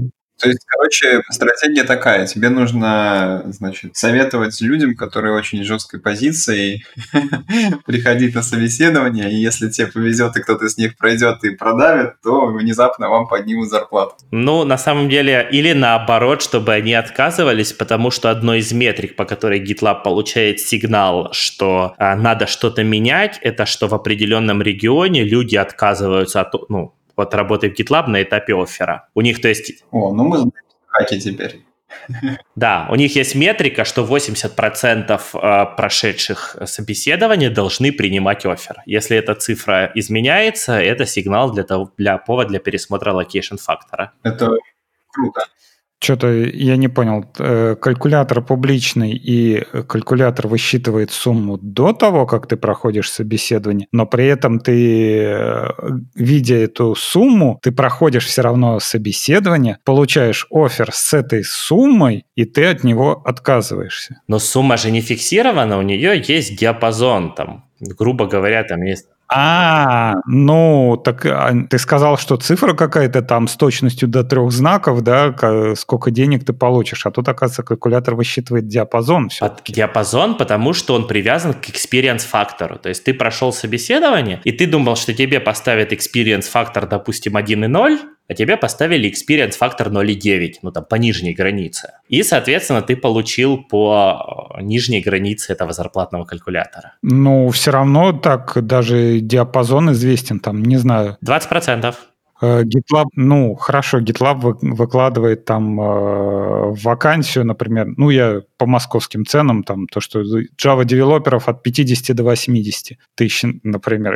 То есть, короче, стратегия такая. Тебе нужно, значит, советовать людям, которые очень жесткой позицией, приходить на собеседование, и если тебе повезет, и кто-то из них пройдет и продавит, то внезапно вам поднимут зарплату. Ну, на самом деле, или наоборот, чтобы они отказывались, потому что одной из метрик, по которой GitLab получает сигнал, что а, надо что-то менять, это что в определенном регионе люди отказываются от, ну, от работы в GitLab на этапе оффера. У них, то есть... О, ну мы знаем хаки теперь. Да, у них есть метрика, что восемьдесят процентов прошедших собеседований должны принимать оффер. Если эта цифра изменяется, это сигнал для, того, для повода для пересмотра локейшн фактора. Это круто. Что-то я не понял. Калькулятор публичный и калькулятор высчитывает сумму до того, как ты проходишь собеседование, но при этом ты, видя эту сумму, ты проходишь все равно собеседование, получаешь оффер с этой суммой, и ты от него отказываешься. Но сумма же не фиксирована, у нее есть диапазон, там, грубо говоря, там есть... А, ну, так а, ты сказал, что цифра какая-то там с точностью до трех знаков, да, сколько денег ты получишь, а тут, оказывается, калькулятор высчитывает диапазон. Под диапазон, потому что он привязан к experience-фактору. То есть ты прошел собеседование, и ты думал, что тебе поставят experience-фактор, допустим, один и ноль, а тебе поставили experience-фактор ноль и девять, ну там по нижней границе. И, соответственно, ты получил по нижней границе этого зарплатного калькулятора. Ну, все равно так даже диапазон известен, там, не знаю. двадцать процентов. GitLab, ну, хорошо, GitLab выкладывает там э, вакансию, например, ну, я по московским ценам, там, то, что Java-девелоперов от пятидесяти до восьмидесяти тысяч, например,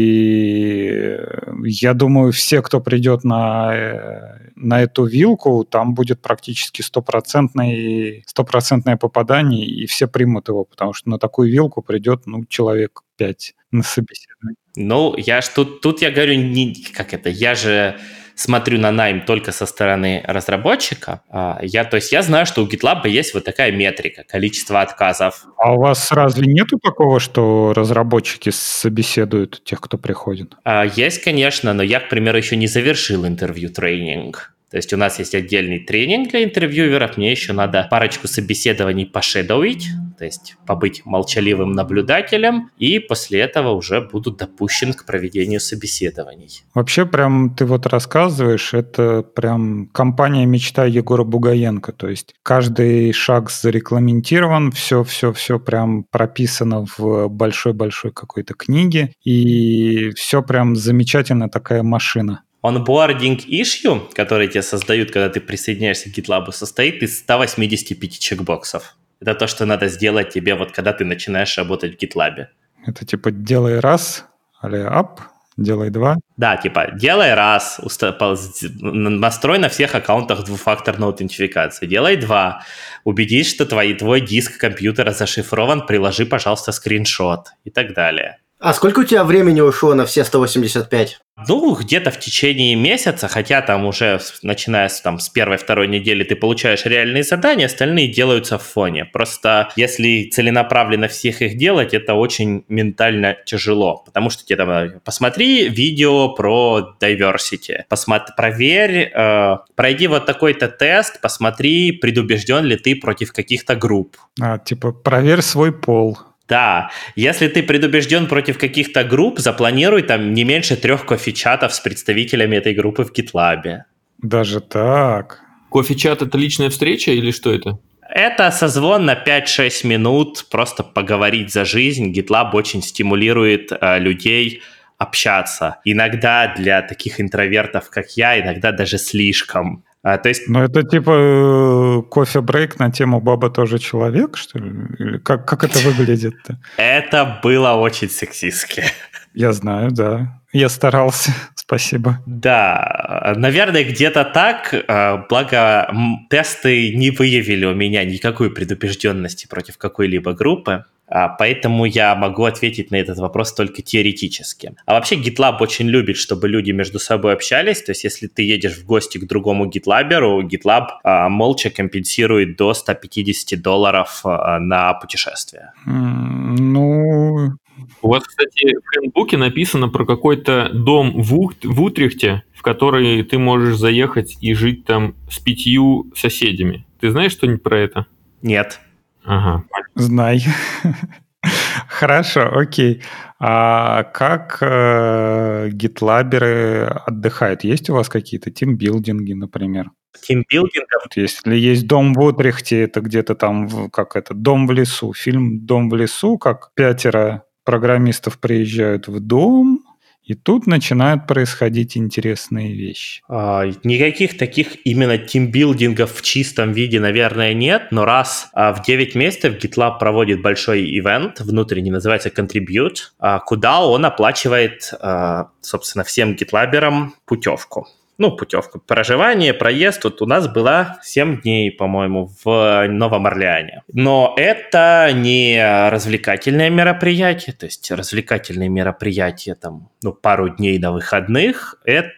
и я думаю, все, кто придет на, на эту вилку, там будет практически стопроцентное, стопроцентное попадание, и все примут его, потому что на такую вилку придет, ну, человек пять на собеседование. Ну, я ж тут, тут я говорю, не, как это, я же смотрю на найм только со стороны разработчика. Я, то есть я знаю, что у GitLab есть вот такая метрика, количество отказов. А у вас разве нету такого, что разработчики собеседуют тех, кто приходит? Есть, конечно, но я, к примеру, еще не завершил интервью-тренинг. То есть у нас есть отдельный тренинг для интервьюеров, мне еще надо парочку собеседований пошедоуить, то есть побыть молчаливым наблюдателем, и после этого уже буду допущен к проведению собеседований. Вообще, прям ты вот рассказываешь, это прям компания мечта Егора Бугаенко, то есть каждый шаг зарегламентирован, все-все-все прям прописано в большой-большой какой-то книге, и все прям замечательно такая машина. Onboarding issue, который тебе создают, когда ты присоединяешься к GitLab, состоит из ста восьмидесяти пяти чекбоксов. Это то, что надо сделать тебе, вот когда ты начинаешь работать в GitLab. Это типа делай раз, а-ля ап, делай два. Да, типа делай раз, настрой на всех аккаунтах двухфакторную аутентификацию. Делай два, убедись, что твой, твой диск компьютера зашифрован, приложи, пожалуйста, скриншот и так далее. А сколько у тебя времени ушло на все сто восемьдесят пять? Ну, где-то в течение месяца, хотя там уже, начиная с, там, с первой-второй недели, ты получаешь реальные задания, остальные делаются в фоне. Просто если целенаправленно всех их делать, это очень ментально тяжело, потому что тебе там, посмотри видео про diversity, посмотри, проверь, э, пройди вот такой-то тест, посмотри, предубежден ли ты против каких-то групп. А, типа, проверь свой пол. Да, если ты предубежден против каких-то групп, запланируй там не меньше трех кофе-чатов с представителями этой группы в GitLab. Даже так? Кофе-чат — это личная встреча или что это? Это созвон на пять-шесть минут, просто поговорить за жизнь. GitLab очень стимулирует э, людей общаться. Иногда для таких интровертов, как я, иногда даже слишком. А, то есть... Ну, это типа кофе-брейк на тему «Баба тоже человек», что ли? Или как, как это выглядит-то? Это было очень сексистски. Я знаю, да. Я старался, спасибо. Да, наверное, где-то так, благо тесты не выявили у меня никакой предубежденности против какой-либо группы. поэтому я могу ответить на этот вопрос только теоретически. А вообще GitLab очень любит, чтобы люди между собой общались, то есть если ты едешь в гости к другому GitLabеру, GitLab а, молча компенсирует до сто пятьдесят долларов а, на путешествие. Mm, ну... У вас, кстати, в хендбуке написано про какой-то дом в, Ух- в Утрехте, в который ты можешь заехать и жить там с пятью соседями. Ты знаешь что-нибудь про это? Нет. Ага. Знай. Хорошо, окей. А как э, гитлаберы отдыхают? Есть у вас какие-то тимбилдинги, например? Тимбилдингов? Вот если есть дом в Утрехте, это где-то там, в, как это, дом в лесу. Фильм «Дом в лесу», как пятеро программистов приезжают в дом, и тут начинают происходить интересные вещи. А, никаких таких именно тимбилдингов в чистом виде, наверное, нет, но раз а, в девять месяцев GitLab проводит большой ивент внутренний, называется Contribute, а, куда он оплачивает, а, собственно, всем гитлаберам путевку. Ну, путевку, проживание, проезд. Вот у нас была семь дней, по-моему, в Новом Орлеане. Но это не развлекательное мероприятие, то есть развлекательные мероприятия, там, ну, пару дней до выходных.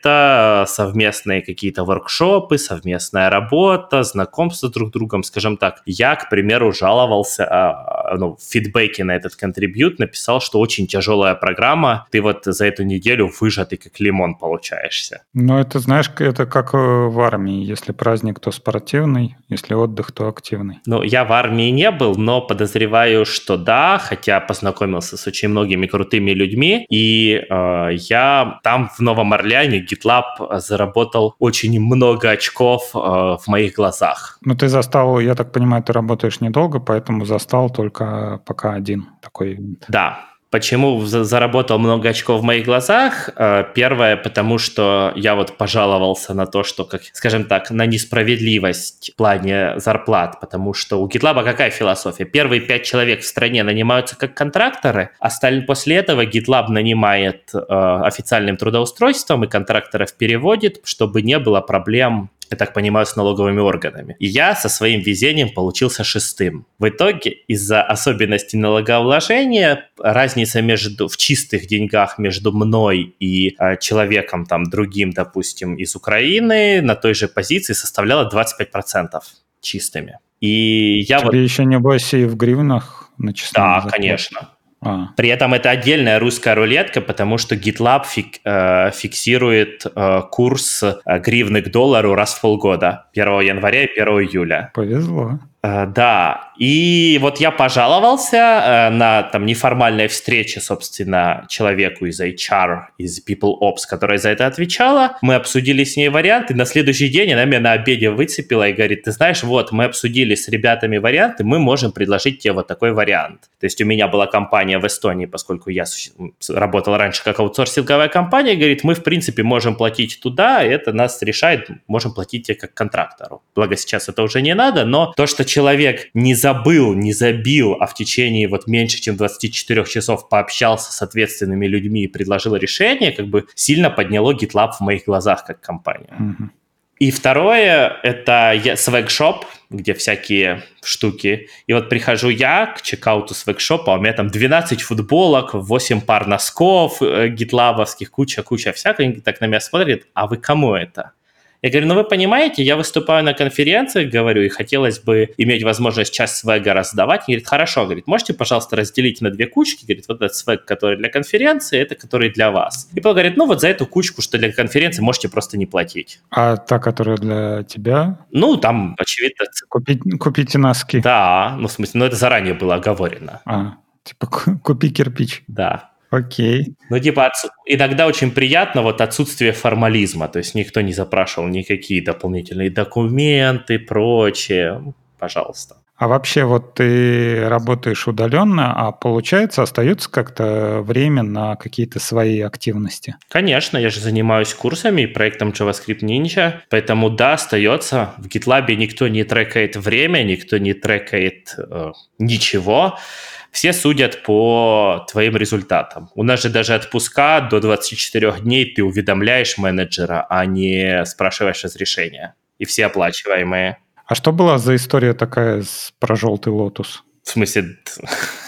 Это совместные какие-то воркшопы, совместная работа, знакомство друг с другом, скажем так. Я, к примеру, жаловался, ну, в фидбэке на этот контрибьют написал, что очень тяжелая программа, ты вот за эту неделю выжатый как лимон получаешься. Ну, это, знаешь, это как в армии. Если праздник, то спортивный, если отдых, то активный. Ну, я в армии не был, но подозреваю, что да, хотя познакомился с очень многими крутыми людьми, и э, я там в Новом Орлеане GitLab заработал очень много очков э, в моих глазах. Ну, ты застал, я так понимаю, ты работаешь недолго, поэтому застал только пока один такой ивент. Да. Почему заработал много очков в моих глазах? Первое, потому что я вот пожаловался на то, что, как, скажем так, на несправедливость в плане зарплат, потому что у GitLab какая философия? Первые пять человек в стране нанимаются как контракторы, остальные после этого GitLab нанимает э, официальным трудоустройством и контракторов переводит, чтобы не было проблем, я так понимаю, с налоговыми органами. И я со своим везением получился шестым. В итоге из-за особенностей налогообложения разница между, в чистых деньгах между мной и э, человеком там другим, допустим, из Украины на той же позиции составляла двадцать пять процентов чистыми. И я Тебе вот... еще, небось, и в гривнах начисляют? Да, зарплату? конечно. А. При этом это отдельная русская рулетка, потому что GitLab фик, э, фиксирует э, курс э, гривны к доллару раз в полгода, первого января и первого июля. Повезло. Uh, да, и вот я пожаловался uh, на там неформальной встрече, собственно, человеку из эйч ар, из People Ops, которая за это отвечала. Мы обсудили с ней варианты. На следующий день она меня на обеде выцепила и говорит: ты знаешь, вот, мы обсудили с ребятами варианты, мы можем предложить тебе вот такой вариант. То есть у меня была компания в Эстонии, поскольку я работал раньше как аутсорсинговая компания, говорит, мы, в принципе, можем платить туда, это нас решает, можем платить тебе как контрактору. Благо сейчас это уже не надо, но то, что человек не забыл, не забил, а в течение вот меньше, чем двадцати четырёх часов пообщался с ответственными людьми и предложил решение, как бы сильно подняло GitLab в моих глазах как компания. Mm-hmm. И второе, это Swagshop, где всякие штуки. И вот прихожу я к чекауту Swagshop, а у меня там двенадцать футболок, восемь пар носков гитлабовских, куча-куча всякого. Они так на меня смотрят: а вы кому это? Я говорю, ну вы понимаете, я выступаю на конференциях, говорю, и хотелось бы иметь возможность часть свега раздавать. Он говорит, хорошо, говорит, можете, пожалуйста, разделить на две кучки, говорит, вот этот свег, который для конференции, это который для вас. И Пол говорит, ну вот за эту кучку, что для конференции, можете просто не платить. А та, которая для тебя? Ну, там, очевидно... Купить, купите носки. Да, ну в смысле, ну это заранее было оговорено. А, типа купи кирпич. Да. Окей. Ну, типа, отсу... иногда очень приятно вот отсутствие формализма, то есть никто не запрашивал никакие дополнительные документы, прочее. Пожалуйста. А вообще вот ты работаешь удаленно, а получается, остается как-то время на какие-то свои активности? Конечно, я же занимаюсь курсами и проектом JavaScript Ninja, поэтому да, остается. В GitLab никто не трекает время, никто не трекает э, ничего. Все судят по твоим результатам. У нас же даже отпуска до двадцати четырёх дней ты уведомляешь менеджера, а не спрашиваешь разрешения. И все оплачиваемые. А что была за история такая с, про желтый лотос? В смысле...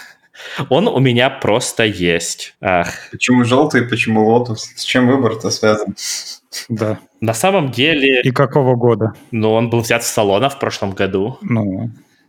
Он у меня просто есть. Ах. Почему желтый, почему лотос? С чем выбор-то связан? Да. На самом деле... И какого года? Ну, он был взят в салона в прошлом году. Ну...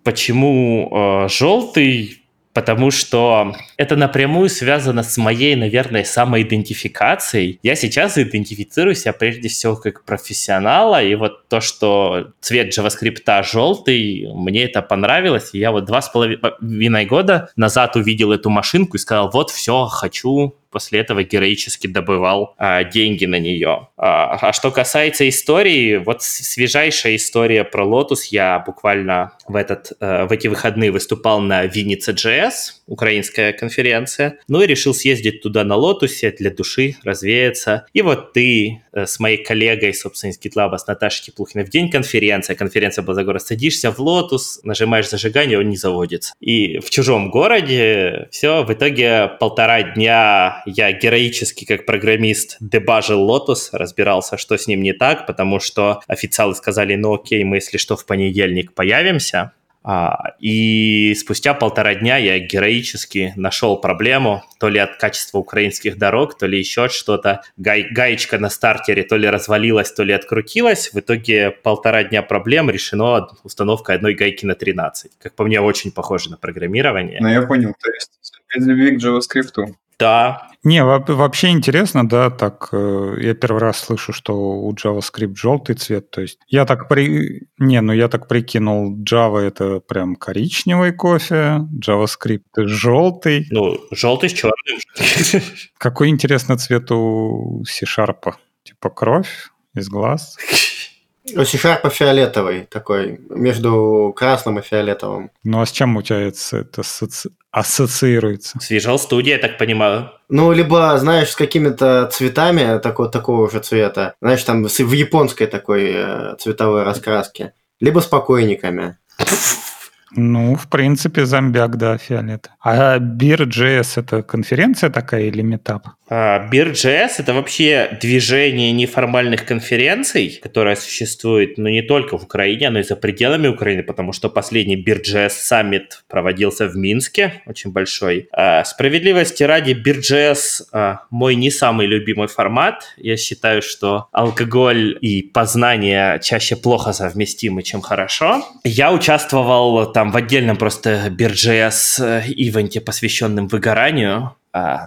Почему э, желтый? Потому что это напрямую связано с моей, наверное, самоидентификацией. Я сейчас идентифицирую себя прежде всего как профессионала, и вот то, что цвет JavaScript желтый, мне это понравилось. И я вот два с половиной года назад увидел эту машинку и сказал, вот все, хочу... После этого героически добывал а, деньги на нее. А, а что касается истории, вот свежайшая история про Lotus. Я буквально в, этот, в эти выходные выступал на Винница джей эс, украинская конференция. Ну и решил съездить туда на Lotus для души, развеяться. И вот ты с моей коллегой, собственно, из GitLab, с Наташей Теплухиной, в день конференции, конференция была за город, садишься в Lotus, нажимаешь зажигание, он не заводится. И в чужом городе все, в итоге полтора дня я героически, как программист, дебажил Lotus, разбирался, что с ним не так, потому что официалы сказали, ну окей, мы, если что, в понедельник появимся. А, и спустя полтора дня я героически нашел проблему, то ли от качества украинских дорог, то ли еще что-то. Гай, гаечка на стартере то ли развалилась, то ли открутилась. В итоге полтора дня проблем решено установкой одной гайки на тринадцать. Как по мне, очень похоже на программирование. Ну, я понял, то есть из любви к JavaScript. Да. Не, вообще интересно, да, так, э, я первый раз слышу, что у JavaScript желтый цвет, то есть я так при... Не, ну я так прикинул, Java это прям коричневый кофе, JavaScript желтый. Ну, желтый с черным. Какой интересный цвет у C-Sharp? Типа кровь из глаз? У C-Sharp фиолетовый такой, между красным и фиолетовым. Ну а с чем у тебя это, это асоци... ассоциируется? С Visual Studio, я так понимаю. Ну, либо, знаешь, с какими-то цветами такого, такого же цвета. Знаешь, там в японской такой э, цветовой раскраске. Либо с покойниками. Ну, в принципе, зомбяк, да, фиолет. А Beer.js — это конференция такая или метап? Uh, Beer.js — это вообще движение неформальных конференций, которое существует, ну, не только в Украине, но и за пределами Украины, потому что последний Beer.js Summit проводился в Минске, очень большой. Uh, справедливости ради, Beer.js uh, мой не самый любимый формат. Я считаю, что алкоголь и познание чаще плохо совместимы, чем хорошо. Я участвовал там в отдельном просто Beer.js ивенте, посвященном выгоранию.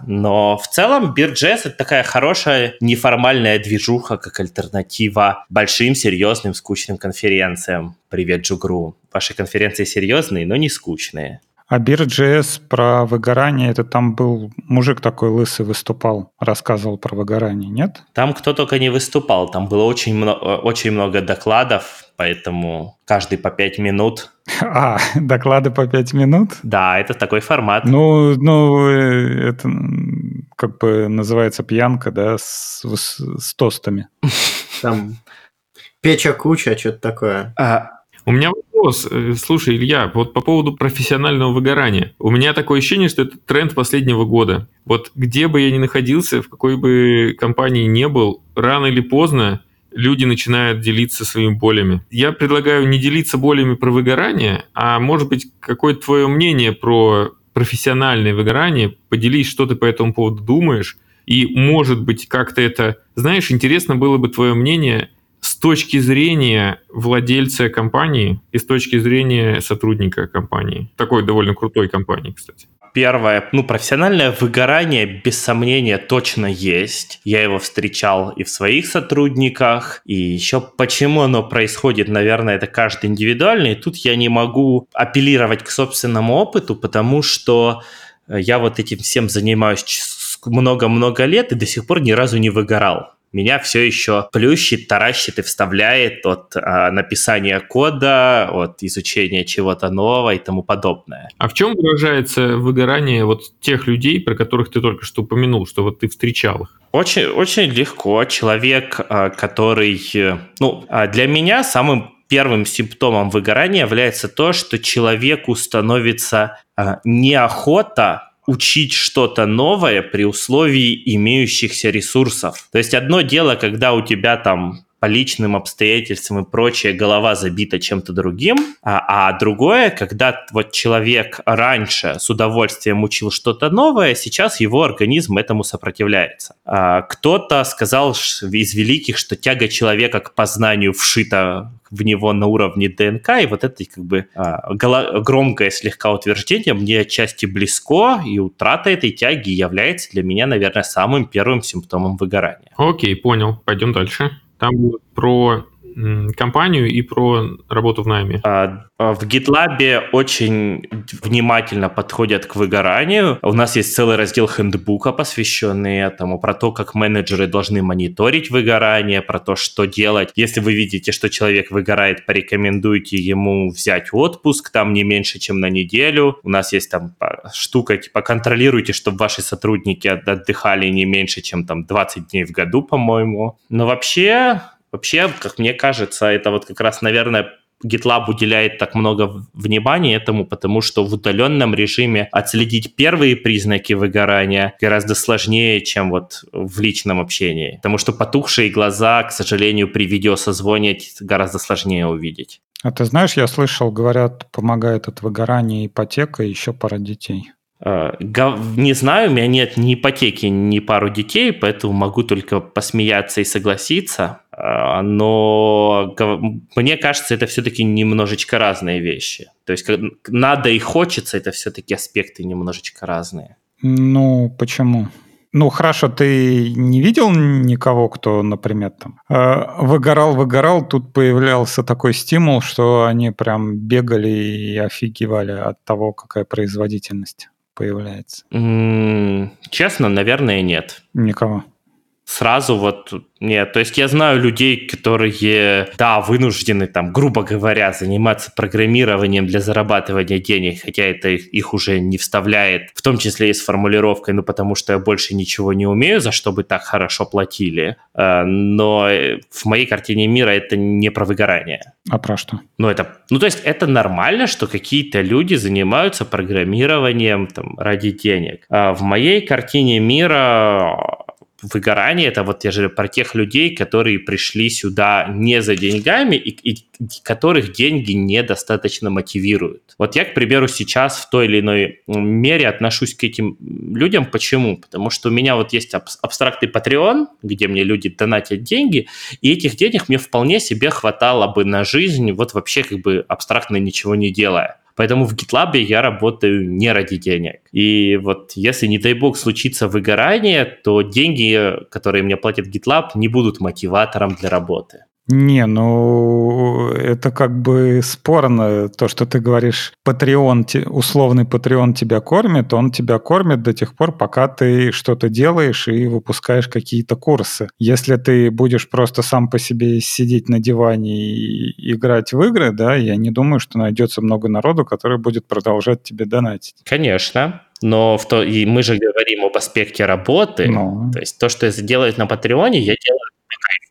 Но в целом Beer.js — это такая хорошая неформальная движуха, как альтернатива большим, серьезным, скучным конференциям. Привет, Джугру. Ваши конференции серьезные, но не скучные. А Beer.js про выгорание, это там был мужик такой лысый выступал, рассказывал про выгорание, нет? Там кто только не выступал, там было очень много, очень много докладов, поэтому каждый по пять минут. А, доклады по пять минут? Да, это такой формат. Ну, ну это как бы называется пьянка, да, с, с, с тостами. Там печа-куча, что-то такое. А... У меня вопрос. Слушай, Илья, вот по поводу профессионального выгорания. У меня такое ощущение, что это тренд последнего года. Вот где бы я ни находился, в какой бы компании ни был, рано или поздно люди начинают делиться своими болями. Я предлагаю не делиться болями про выгорание, а может быть какое-то твое мнение про профессиональное выгорание, поделись, что ты по этому поводу думаешь, и может быть как-то это... Знаешь, интересно было бы твое мнение с точки зрения владельца компании и с точки зрения сотрудника компании. Такой довольно крутой компании, кстати. Первое, ну, профессиональное выгорание, без сомнения, точно есть. Я его встречал и в своих сотрудниках, и еще почему оно происходит, наверное, это каждый индивидуальный. И тут я не могу апеллировать к собственному опыту, потому что я вот этим всем занимаюсь много-много лет и до сих пор ни разу не выгорал. Меня все еще плющит, таращит и вставляет от а, написания кода, от изучения чего-то нового и тому подобное. А в чем выражается выгорание вот тех людей, про которых ты только что упомянул, что вот ты встречал их? Очень, очень легко. Человек, который... Ну, для меня самым первым симптомом выгорания является то, что человеку становится неохота учить что-то новое при условии имеющихся ресурсов. То есть одно дело, когда у тебя там по личным обстоятельствам и прочее голова забита чем-то другим, а, а другое, когда вот человек раньше с удовольствием учил что-то новое, сейчас его организм этому сопротивляется. А, кто-то сказал из великих, что тяга человека к познанию вшита в него на уровне ДНК, и вот это как бы а, голо- громкое слегка утверждение мне отчасти близко, и утрата этой тяги является для меня, наверное, самым первым симптомом выгорания. Окей, понял. Пойдем дальше. Там будет про м, компанию и про работу в найме. А, В GitLab очень внимательно подходят к выгоранию. У нас есть целый раздел хендбука, посвященный этому, про то, как менеджеры должны мониторить выгорание, про то, что делать. Если вы видите, что человек выгорает, порекомендуйте ему взять отпуск, там не меньше, чем на неделю. У нас есть там штука, типа контролируйте, чтобы ваши сотрудники отдыхали не меньше, чем там двадцать дней в году, по-моему. Но вообще, вообще, как мне кажется, это вот как раз, наверное, GitLab уделяет так много внимания этому, потому что в удаленном режиме отследить первые признаки выгорания гораздо сложнее, чем вот в личном общении. Потому что потухшие глаза, к сожалению, при видеосозвоне гораздо сложнее увидеть. А ты знаешь, я слышал, говорят, помогает от выгорания ипотека и еще пара детей. Не знаю, у меня нет ни ипотеки, ни пару детей, поэтому могу только посмеяться и согласиться. Но мне кажется, это все-таки немножечко разные вещи. То есть надо и хочется, это все-таки аспекты немножечко разные. Ну, почему? Ну, хорошо, ты не видел никого, кто, например, там выгорал, выгорал, тут появлялся такой стимул, что они прям бегали и офигевали от того, какая производительность появляется? М-м, честно, наверное, нет. Никого. Сразу вот нет. То есть я знаю людей, которые, да, вынуждены, там, грубо говоря, заниматься программированием для зарабатывания денег, хотя это их, их уже не вставляет, в том числе и с формулировкой, ну, потому что я больше ничего не умею, за что бы так хорошо платили. Но в моей картине мира это не про выгорание. А про что? Ну, это, ну, то есть это нормально, что какие-то люди занимаются программированием там, ради денег. А в моей картине мира выгорание – это вот я же про тех людей, которые пришли сюда не за деньгами и, и которых деньги недостаточно мотивируют. Вот я, к примеру, сейчас в той или иной мере отношусь к этим людям. Почему? Потому что у меня вот есть абстрактный Patreon, где мне люди донатят деньги, и этих денег мне вполне себе хватало бы на жизнь, вот вообще как бы абстрактно ничего не делая. Поэтому в GitLab я работаю не ради денег. И вот если, не дай бог, случится выгорание, то деньги, которые мне платит GitLab, не будут мотиватором для работы. Не, ну это как бы спорно, то, что ты говоришь, Patreon, условный Patreon тебя кормит, он тебя кормит до тех пор, пока ты что-то делаешь и выпускаешь какие-то курсы. Если ты будешь просто сам по себе сидеть на диване и играть в игры, да, я не думаю, что найдется много народу, который будет продолжать тебе донатить. Конечно. Но в то, и мы же говорим об аспекте работы. Но... То есть то, что я делаю на Патреоне, я делаю на кайф.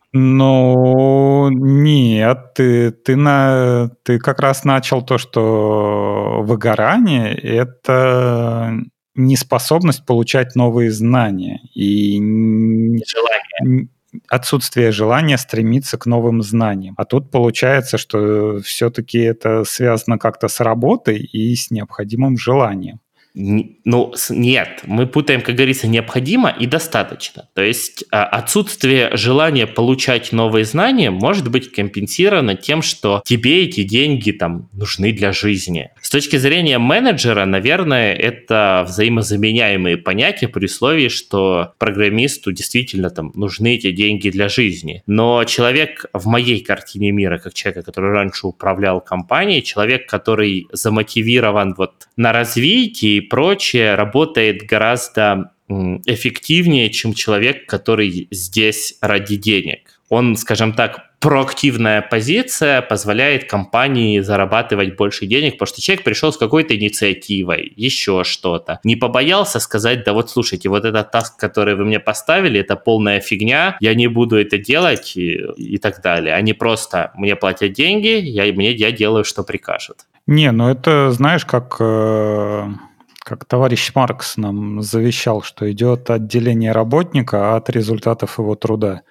Ну, нет, ты, ты, на, ты как раз начал то, что выгорание – это неспособность получать новые знания и желание. Отсутствие желания стремиться к новым знаниям. А тут получается, что все-таки это связано как-то с работой и с необходимым желанием. Ну, нет, мы путаем, как говорится, необходимо и достаточно. То есть отсутствие желания получать новые знания может быть компенсировано тем, что тебе эти деньги там нужны для жизни. С точки зрения менеджера, наверное, это взаимозаменяемые понятия при условии, что программисту действительно там нужны эти деньги для жизни. Но человек в моей картине мира, как человека, который раньше управлял компанией, человек, который замотивирован вот на развитие и прочее, работает гораздо эффективнее, чем человек, который здесь ради денег. Он, скажем так, проактивная позиция позволяет компании зарабатывать больше денег, потому что человек пришел с какой-то инициативой, еще что-то. Не побоялся сказать, да вот слушайте, вот этот таск, который вы мне поставили, это полная фигня, я не буду это делать и, и так далее. Они просто мне платят деньги, я, мне, я делаю, что прикажут. Не, ну это, знаешь, как... Э... Как товарищ Маркс нам завещал, что идет отделение работника от результатов его труда.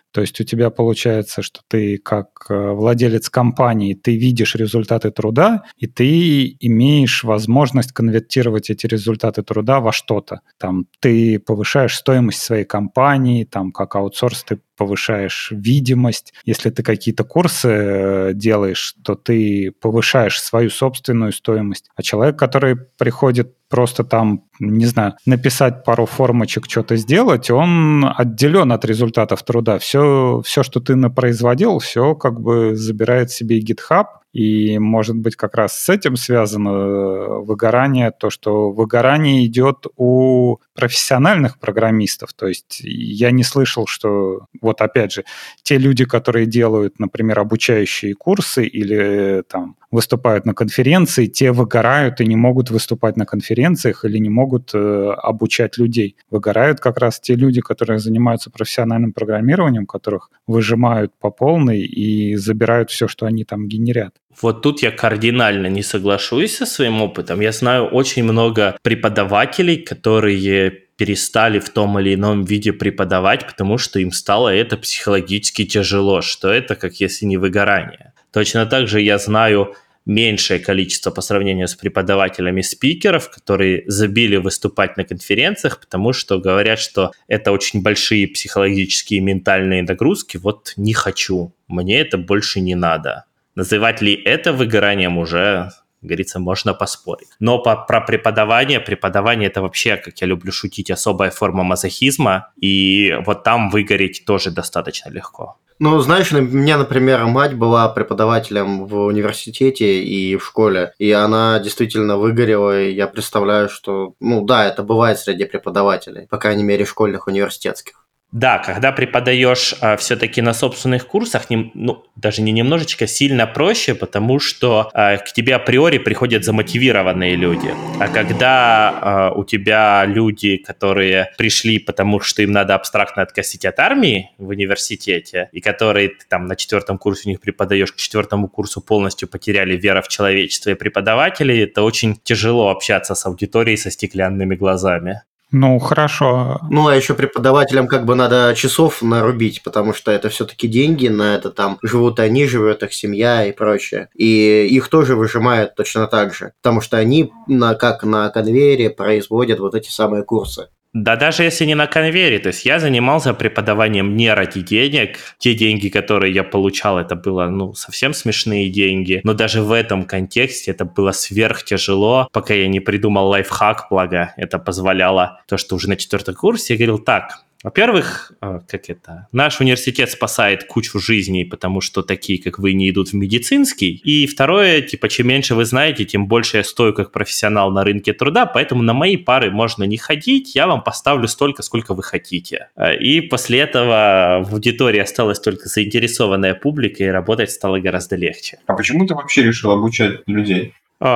То есть у тебя получается, что ты как владелец компании, ты видишь результаты труда, и ты имеешь возможность конвертировать эти результаты труда во что-то. Там ты повышаешь стоимость своей компании, там как аутсорс ты повышаешь видимость. Если ты какие-то курсы делаешь, то ты повышаешь свою собственную стоимость. А человек, который приходит просто там, не знаю, написать пару формочек, что-то сделать, он отделен от результатов труда. Все, все, что ты напроизводил, все как бы забирает себе GitHub. И, может быть, как раз с этим связано выгорание, то, что выгорание идет у профессиональных программистов. То есть я не слышал, что, вот опять же, те люди, которые делают, например, обучающие курсы или там выступают на конференции, те выгорают и не могут выступать на конференциях или не могут э, обучать людей. Выгорают как раз те люди, которые занимаются профессиональным программированием, которых выжимают по полной и забирают все, что они там генерят. Вот тут я кардинально не соглашусь со своим опытом. Я знаю очень много преподавателей, которые перестали в том или ином виде преподавать, потому что им стало это психологически тяжело, что это как если не выгорание. Точно так же я знаю меньшее количество по сравнению с преподавателями спикеров, которые забили выступать на конференциях, потому что говорят, что это очень большие психологические и ментальные нагрузки. Вот не хочу, мне это больше не надо. Называть ли это выгоранием уже, как говорится, можно поспорить. Но по, про преподавание, преподавание это вообще, как я люблю шутить, особая форма мазохизма, и вот там выгореть тоже достаточно легко. Ну, знаешь, у меня, например, мать была преподавателем в университете и в школе, и она действительно выгорела, и я представляю, что, ну да, это бывает среди преподавателей, по крайней мере, школьных, университетских. Да, когда преподаешь а, все-таки на собственных курсах, не, ну, даже не немножечко, сильно проще, потому что а, к тебе априори приходят замотивированные люди. А когда а, у тебя люди, которые пришли, потому что им надо абстрактно откосить от армии в университете, и которые ты там на четвертом курсе у них преподаешь, к четвертому курсу полностью потеряли веру в человечество и преподавателей, это очень тяжело общаться с аудиторией со стеклянными глазами. Ну, хорошо. Ну, а еще преподавателям как бы надо часов нарубить, потому что это все-таки деньги, на это там живут они, живет их семья и прочее. И их тоже выжимают точно так же, потому что они, на, как на конвейере, производят вот эти самые курсы. Да даже если не на конвейере, то есть я занимался преподаванием не ради денег. Те деньги, которые я получал, это было, ну, совсем смешные деньги. Но даже в этом контексте это было сверхтяжело, пока я не придумал лайфхак, благо это позволяло то, что уже на четвертом курсе я говорил, так, во-первых, как это, наш университет спасает кучу жизней, потому что такие, как вы, не идут в медицинский. И второе, типа, чем меньше вы знаете, тем больше я стою как профессионал на рынке труда, поэтому на мои пары можно не ходить, я вам поставлю столько, сколько вы хотите. И после этого в аудитории осталась только заинтересованная публика, и работать стало гораздо легче. А почему ты вообще решил обучать людей?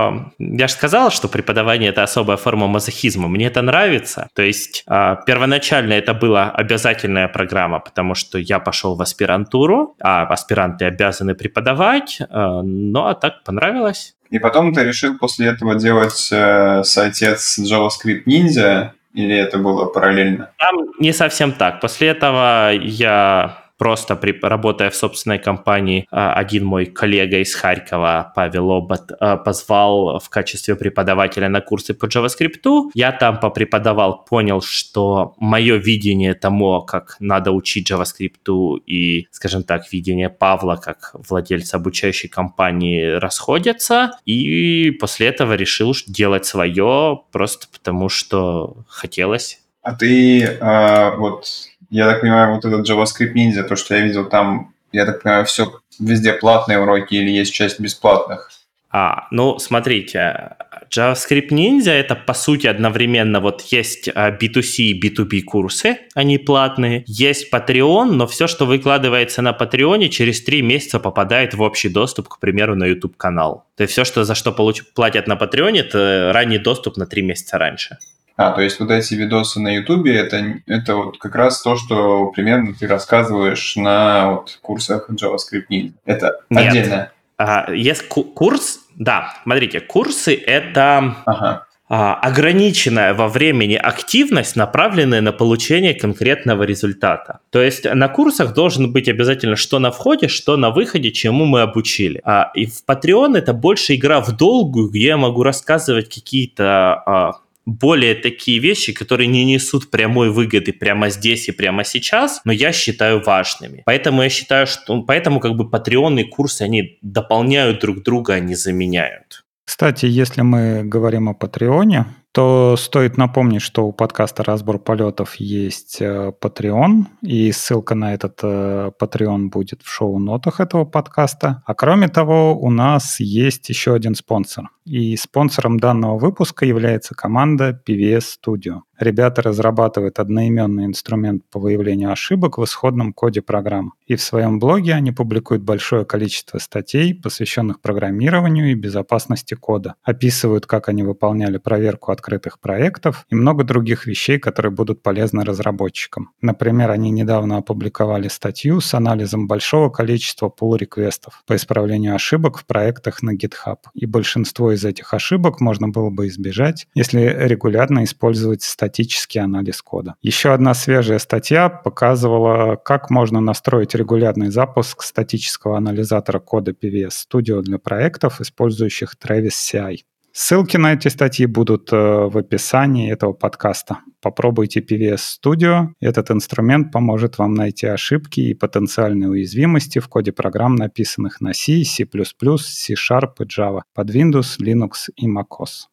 Я же сказал, что преподавание – это особая форма мазохизма. Мне это нравится. То есть первоначально это была обязательная программа, потому что я пошел в аспирантуру, а аспиранты обязаны преподавать, ну а так понравилось. И потом ты решил после этого делать э, сайтец JavaScript Ninja, или это было параллельно? Там не совсем так. После этого я... Просто при, работая в собственной компании, один мой коллега из Харькова, Павел Обот, позвал в качестве преподавателя на курсы по JavaScript. Я там попреподавал, понял, что мое видение тому, как надо учить JavaScript и, скажем так, видение Павла как владельца обучающей компании расходятся. И после этого решил делать свое, просто потому что хотелось. А ты э, вот... Я так понимаю, вот этот JavaScript Ninja, то, что я видел там, я так понимаю, все везде платные уроки или есть часть бесплатных? А, ну, смотрите, JavaScript Ninja — это, по сути, одновременно вот есть би ту си и би ту би курсы, они платные, есть Patreon, но все, что выкладывается на Patreon, через три месяца попадает в общий доступ, к примеру, на YouTube-канал. То есть все, что, за что получ- платят на Patreon, это ранний доступ на три месяца раньше. А, то есть вот эти видосы на Ютубе, это, это вот как раз то, что примерно ты рассказываешь на вот курсах JavaScript Ninja. Это Нет. отдельно? А, есть ку- курс, да, смотрите, курсы — это... Ага. а, ограниченная во времени активность, направленная на получение конкретного результата. То есть на курсах должен быть обязательно что на входе, что на выходе, чему мы обучили. А, и в Patreon это больше игра в долгую, где я могу рассказывать какие-то а, более такие вещи, которые не несут прямой выгоды прямо здесь и прямо сейчас, но я считаю важными. Поэтому я считаю, что поэтому как бы Patreon и курсы, они дополняют друг друга, а не заменяют. Кстати, если мы говорим о Патреоне, то стоит напомнить, что у подкаста «Разбор полетов» есть Patreon, и ссылка на этот Patreon будет в шоу-нотах этого подкаста. А кроме того, у нас есть еще один спонсор. И спонсором данного выпуска является команда пи ви эс Studio. Ребята разрабатывают одноименный инструмент по выявлению ошибок в исходном коде программ. И в своем блоге они публикуют большое количество статей, посвященных программированию и безопасности кода. Описывают, как они выполняли проверку открытых проектов и много других вещей, которые будут полезны разработчикам. Например, они недавно опубликовали статью с анализом большого количества pull-реквестов по исправлению ошибок в проектах на GitHub. И большинство из этих ошибок можно было бы избежать, если регулярно использовать статический анализ кода. Еще одна свежая статья показывала, как можно настроить регулярный запуск статического анализатора кода пи ви эс Studio для проектов, использующих Travis си ай. Ссылки на эти статьи будут в описании этого подкаста. Попробуйте пи ви эс Studio. Этот инструмент поможет вам найти ошибки и потенциальные уязвимости в коде программ, написанных на C, C++, C-Sharp и Java под Windows, Linux и macOS.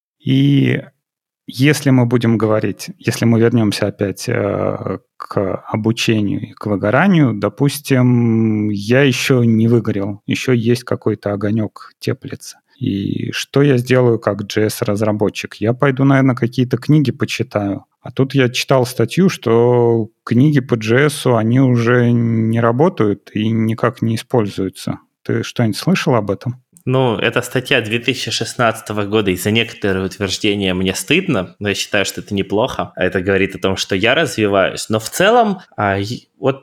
И если мы будем говорить, если мы вернемся опять э, к обучению и к выгоранию, допустим, я еще не выгорел, еще есть какой-то огонек теплится. И что я сделаю как джей эс-разработчик? Я пойду, наверное, какие-то книги почитаю. А тут я читал статью, что книги по джей эс, они уже не работают и никак не используются. Ты что-нибудь слышал об этом? Ну, это статья две тысячи шестнадцатого года, и за некоторые утверждения мне стыдно, но я считаю, что это неплохо. Это говорит о том, что я развиваюсь. Но в целом, вот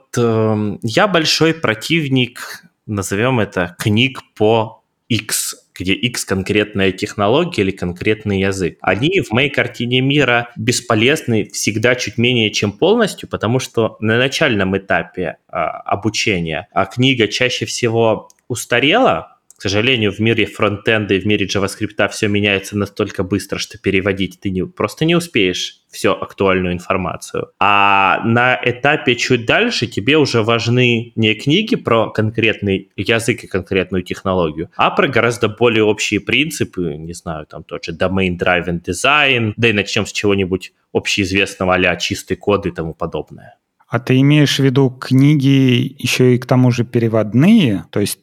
я большой противник, назовем это, книг по X, где X конкретная технология или конкретный язык. Они в моей картине мира бесполезны всегда чуть менее, чем полностью, потому что на начальном этапе а, обучения а книга чаще всего устарела. К сожалению, в мире фронтенда и в мире JavaScript все меняется настолько быстро, что переводить ты не, просто не успеешь всю актуальную информацию. А на этапе чуть дальше тебе уже важны не книги про конкретный язык и конкретную технологию, а про гораздо более общие принципы, не знаю, там тот же domain-driven design, да и начнем с чего-нибудь общеизвестного а-ля чистый код и тому подобное. А ты имеешь в виду книги еще и к тому же переводные? То есть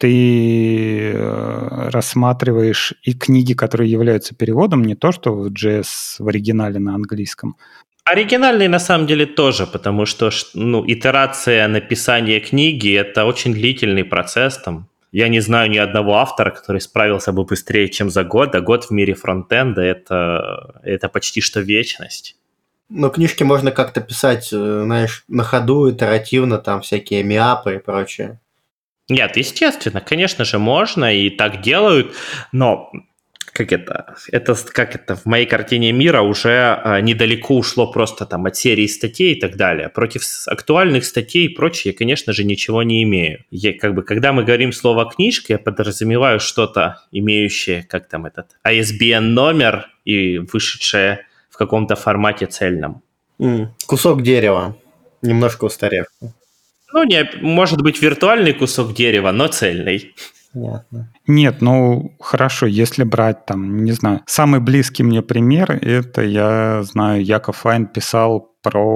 ты рассматриваешь и книги, которые являются переводом, не то, что в джей эс в оригинале на английском? Оригинальные на самом деле тоже, потому что ну, итерация написания книги – это очень длительный процесс. Там. Я не знаю ни одного автора, который справился бы быстрее, чем за год, а год в мире фронтенда – это, это почти что вечность. Но книжки можно как-то писать, знаешь, на ходу, итеративно, там всякие миапы и прочее. Нет, естественно, конечно же, можно, и так делают, но как это, это как это в моей картине мира уже а, недалеко ушло просто там от серии статей и так далее. Против актуальных статей и прочее я, конечно же, ничего не имею. Я, как бы, когда мы говорим слово «книжка», я подразумеваю что-то, имеющее, как там этот, ай эс би эн номер и вышедшее в каком-то формате цельном. Mm. Кусок дерева, немножко устаревший. Ну, не, может быть, виртуальный кусок дерева, но цельный. Понятно. Нет, ну, хорошо, если брать там, не знаю, самый близкий мне пример, это, я знаю, Яков Лайн писал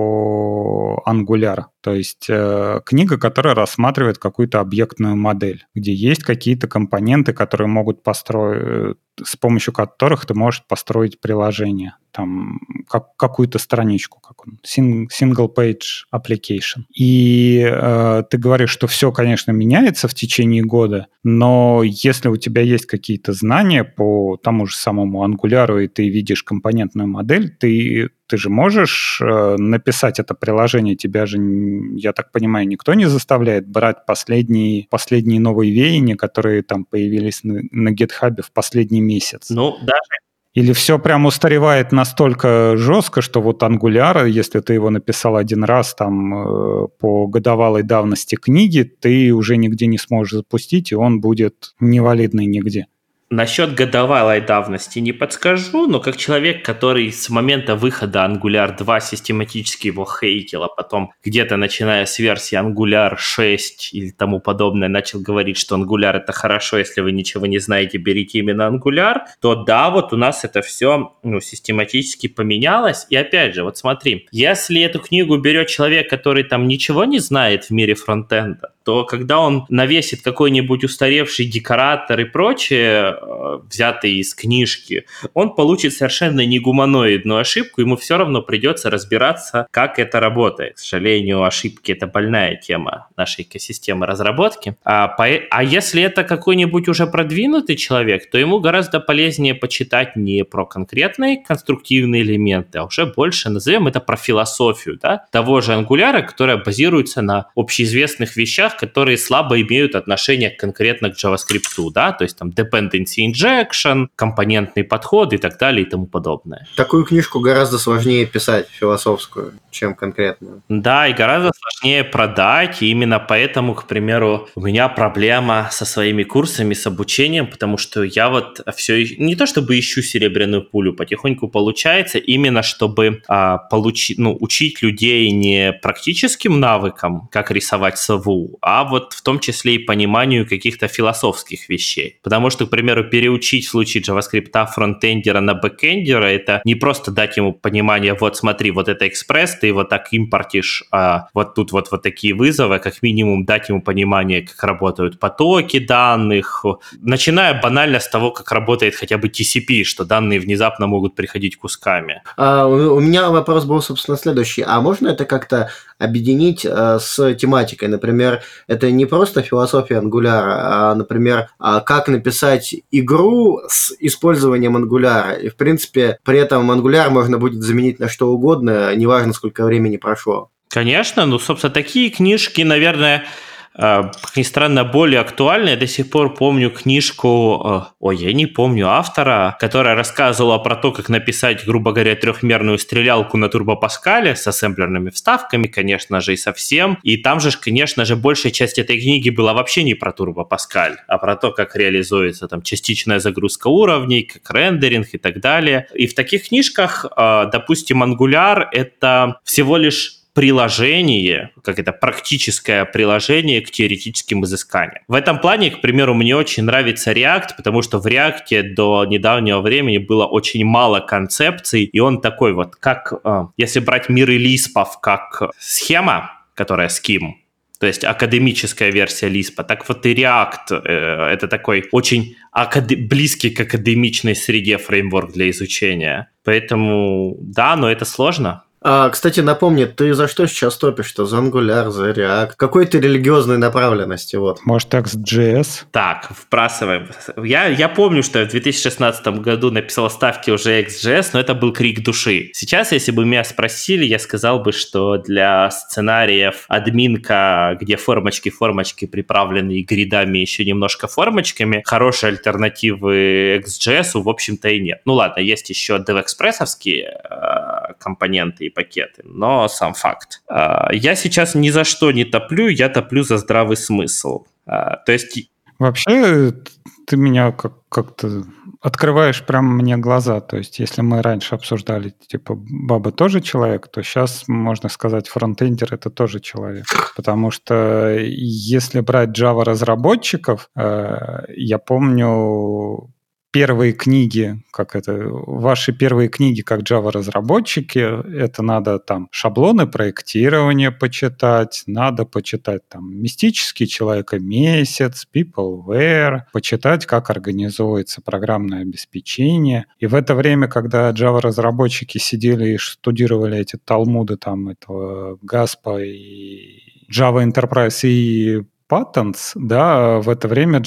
про Angular, то есть э, книга, которая рассматривает какую-то объектную модель, где есть какие-то компоненты, которые могут построить, с помощью которых ты можешь построить приложение, там как, какую-то страничку, как он, single page application. И э, ты говоришь, что все, конечно, меняется в течение года, но если у тебя есть какие-то знания по тому же самому Angular, и ты видишь компонентную модель, ты Ты же можешь э, написать это приложение, тебя же, я так понимаю, никто не заставляет брать последние, последние новые веяния, которые там появились на, на GitHub в последний месяц. Ну, даже Или все прям устаревает настолько жестко, что вот Angular, если ты его написал один раз там по годовалой давности книги, ты уже нигде не сможешь запустить, и он будет невалидный нигде? Насчет годовалой давности не подскажу, но как человек, который с момента выхода Angular два систематически его хейтил, а потом где-то начиная с версии Angular шесть или тому подобное начал говорить, что Angular это хорошо, если вы ничего не знаете, берите именно Angular, то да, вот у нас это все ну, систематически поменялось. И опять же, вот смотри, если эту книгу берет человек, который там ничего не знает в мире фронтенда, то когда он навесит какой-нибудь устаревший декоратор и прочее, взятые из книжки, он получит совершенно негуманоидную ошибку, ему все равно придется разбираться, как это работает. К сожалению, ошибки – это больная тема нашей экосистемы разработки. А, по, а если это какой-нибудь уже продвинутый человек, то ему гораздо полезнее почитать не про конкретные конструктивные элементы, а уже больше, назовем это, про философию, да, того же Angular, которая базируется на общеизвестных вещах, которые слабо имеют отношение конкретно к JavaScript, да, то есть там dependency injection, компонентный подход и так далее и тому подобное. Такую книжку гораздо сложнее писать, философскую, чем конкретную. Да, и гораздо сложнее продать, и именно поэтому, к примеру, у меня проблема со своими курсами, с обучением, потому что я вот все, не то чтобы ищу серебряную пулю, потихоньку получается, именно чтобы а, получить, ну, учить людей не практическим навыкам, как рисовать сову, а вот в том числе и пониманию каких-то философских вещей. Потому что, к примеру, переучить в случае JavaScript фронтендера на бэкендера, это не просто дать ему понимание, вот смотри, вот это экспресс, ты его так импортишь, а вот тут вот, вот такие вызовы, как минимум дать ему понимание, как работают потоки данных, начиная банально с того, как работает хотя бы ти си пи, что данные внезапно могут приходить кусками. А, у меня вопрос был, собственно, следующий. А можно это как-то объединить а, с тематикой? Например, это не просто философия Angular, а, например, а, как написать игру с использованием Angular. И, в принципе, при этом Angular можно будет заменить на что угодно, неважно, сколько времени прошло. Конечно, ну, собственно, такие книжки, наверное, как ни странно, более актуальны. Я до сих пор помню книжку, ой, я не помню автора, которая рассказывала про то, как написать, грубо говоря, трехмерную стрелялку на турбопаскале с ассемблерными вставками, конечно же, и совсем. И там же, конечно же, большая часть этой книги была вообще не про турбопаскаль, а про то, как реализуется там частичная загрузка уровней, как рендеринг и так далее. И в таких книжках, допустим, Angular — это всего лишь приложение, как это практическое приложение к теоретическим изысканиям. В этом плане, к примеру, мне очень нравится React, потому что в React до недавнего времени было очень мало концепций, и он такой вот, как, если брать мир лиспов как схема, которая scheme, то есть академическая версия Лиспа, так вот и React э, это такой очень акад... близкий к академичной среде фреймворк для изучения. Поэтому да, но это сложно. А, кстати, напомни, ты за что сейчас топишь-то? За Angular, за React? Какой ты религиозной направленности? Вот. Может, экс джей эс? Так, вбрасываем. Я, я помню, что я в две тысячи шестнадцатом году написал ставки уже экс джей эс, но это был крик души. Сейчас, если бы меня спросили, я сказал бы, что для сценариев админка, где формочки-формочки приправлены гридами, еще немножко формочками, хорошей альтернативы экс джей эс, в общем-то, и нет. Ну ладно, есть еще DevExpress-овские э, компоненты и пакеты, но сам факт. Я сейчас ни за что не топлю, я топлю за здравый смысл. То есть... Вообще, ты меня как- как-то открываешь прямо мне глаза. То есть, если мы раньше обсуждали, типа, Баба тоже человек, то сейчас, можно сказать, фронтендер — это тоже человек. Потому что если брать Java-разработчиков, я помню... Первые книги, как это, ваши первые книги как Java-разработчики, это надо там шаблоны проектирования почитать, надо почитать там «Мистический человека-месяц», «Peopleware», почитать, как организуется программное обеспечение. И в это время, когда Java-разработчики сидели и штудировали эти талмуды там этого Гаспа и Java Enterprise и patents, да, в это время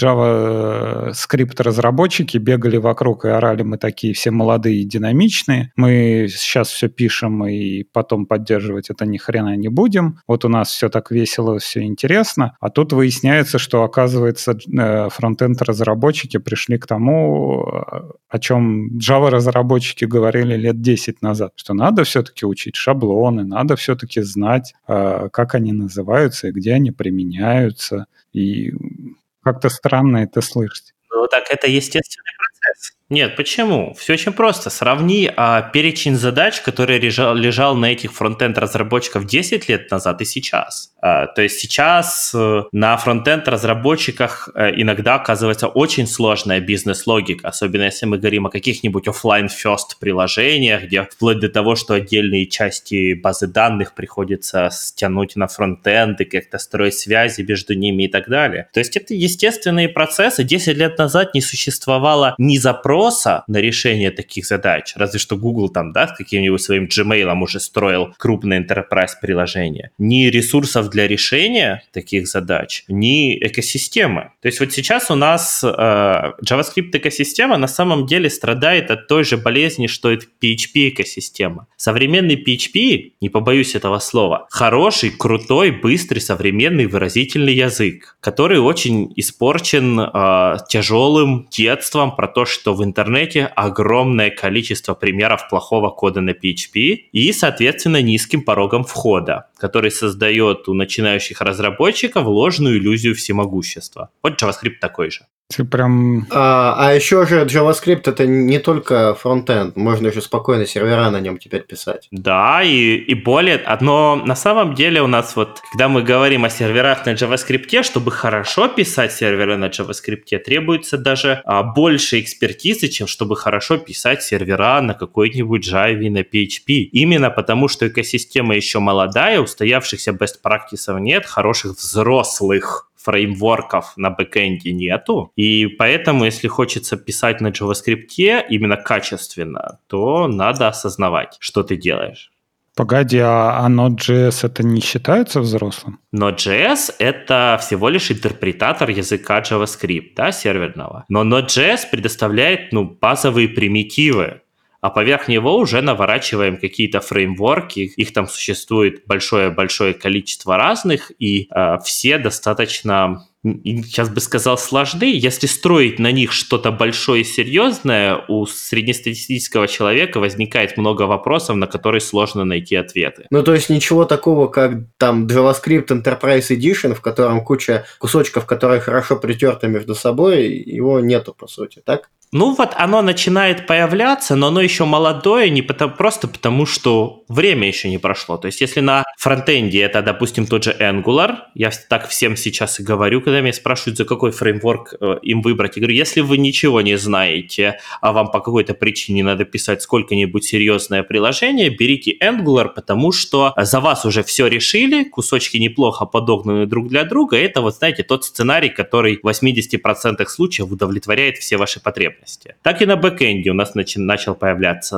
JavaScript-разработчики бегали вокруг и орали, мы такие все молодые и динамичные, мы сейчас все пишем и потом поддерживать это ни хрена не будем, вот у нас все так весело, все интересно, а тут выясняется, что, оказывается, фронтенд-разработчики пришли к тому, о чем Java-разработчики говорили лет десять назад, что надо все-таки учить шаблоны, надо все-таки знать, как они называются и где они применяются, и как-то странно это слышать. Ну, так это естественный процесс. Нет, почему? Все очень просто. Сравни а, перечень задач, который лежал, лежал на этих фронтенд-разработчиков десять лет назад и сейчас. А, то есть сейчас а, на фронтенд-разработчиках а, иногда оказывается очень сложная бизнес-логика, особенно если мы говорим о каких-нибудь офлайн-ферст приложениях, где вплоть до того, что отдельные части базы данных приходится стянуть на фронтенд и как-то строить связи между ними и так далее. То есть это естественные процессы. десять лет назад не существовало ни запроса на решение таких задач, разве что Google там, да, с каким-нибудь своим Gmail уже строил крупное enterprise приложение, ни ресурсов для решения таких задач, ни экосистемы. То есть вот сейчас у нас э, JavaScript экосистема на самом деле страдает от той же болезни, что и пи эйч пи экосистема. Современный пи эйч пи, не побоюсь этого слова, хороший, крутой, быстрый, современный выразительный язык, который очень испорчен э, тяжелым детством про то, что в интернете огромное количество примеров плохого кода на пи эйч пи и, соответственно, низким порогом входа, который создает у начинающих разработчиков ложную иллюзию всемогущества. Вот JavaScript такой же. Ты прям... А, а еще же JavaScript это не только фронтенд, можно еще спокойно сервера на нем теперь писать. Да, и, и более... Но на самом деле у нас вот, когда мы говорим о серверах на JavaScript, чтобы хорошо писать серверы на JavaScript, требуется даже а, больше экспертизы, чем чтобы хорошо писать сервера на какой-нибудь Java, на пи эйч пи. Именно потому, что экосистема еще молодая, устоявшихся best practices нет, хороших взрослых фреймворков на бэкэнде нету, и поэтому, если хочется писать на JavaScript именно качественно, то надо осознавать, что ты делаешь. Погоди, а Node.js это не считается взрослым? Node.js — это всего лишь интерпретатор языка JavaScript, да, серверного. Но Node.js предоставляет, ну, базовые примитивы, а поверх него уже наворачиваем какие-то фреймворки, их там существует большое-большое количество разных, и э, все достаточно, сейчас бы сказал, сложны. Если строить на них что-то большое и серьезное, у среднестатистического человека возникает много вопросов, на которые сложно найти ответы. Ну, то есть ничего такого, как там JavaScript Enterprise Edition, в котором куча кусочков, которые хорошо притерты между собой, его нету, по сути, так? Ну вот оно начинает появляться, но оно еще молодое, не потому, просто потому, что время еще не прошло. То есть если на фронтенде это, допустим, тот же Angular, я так всем сейчас и говорю, когда меня спрашивают, за какой фреймворк э, им выбрать, я говорю, если вы ничего не знаете, а вам по какой-то причине надо писать сколько-нибудь серьезное приложение, берите Angular, потому что за вас уже все решили, кусочки неплохо подогнаны друг для друга, это вот, знаете, тот сценарий, который в восемьдесят процентов случаев удовлетворяет все ваши потребности. Так и на бэкэнде у нас начи- начал появляться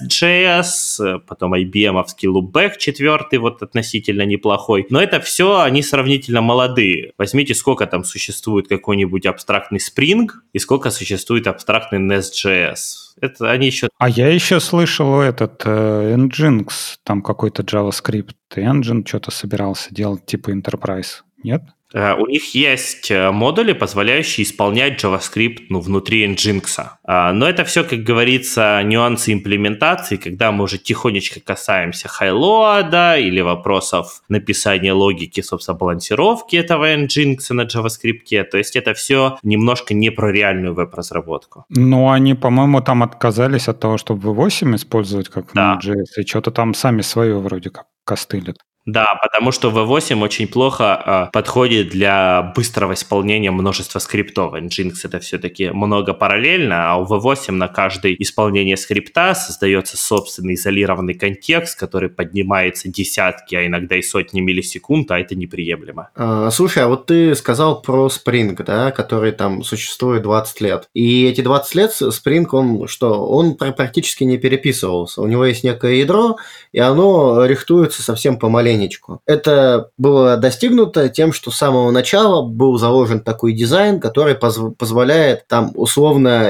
Nest.js, потом ай би эм-овский Loopback четвертый, вот относительно неплохой. Но это все, они сравнительно молодые. Возьмите, сколько там существует какой-нибудь абстрактный Spring и сколько существует абстрактный Nest.js. Это они еще... А я еще слышал этот э, Nginx, там какой-то JavaScript engine что-то собирался делать типа Enterprise, нет? У них есть модули, позволяющие исполнять JavaScript, ну, внутри Nginx. Но это все, как говорится, нюансы имплементации, когда мы уже тихонечко касаемся хайлоада или вопросов написания логики, собственно, балансировки этого Nginx на JavaScript. То есть это все немножко не про реальную веб-разработку. Ну, они, по-моему, там отказались от того, чтобы ви восемь использовать как да. Node.js, и что-то там сами свое вроде как костылят. Да, потому что ви восемь очень плохо э, подходит для быстрого исполнения множества скриптов. Nginx это все-таки много параллельно, а у ви восемь на каждое исполнение скрипта создается собственный изолированный контекст, который поднимается десятки, а иногда и сотни миллисекунд, а это неприемлемо. А, слушай, а вот ты сказал про Spring, да, который там существует двадцать лет. И эти двадцать лет Spring, он что? Он практически не переписывался. У него есть некое ядро, и оно рихтуется совсем помаленьку. ДНечку. Это было достигнуто тем, что с самого начала был заложен такой дизайн, который позв- позволяет там условно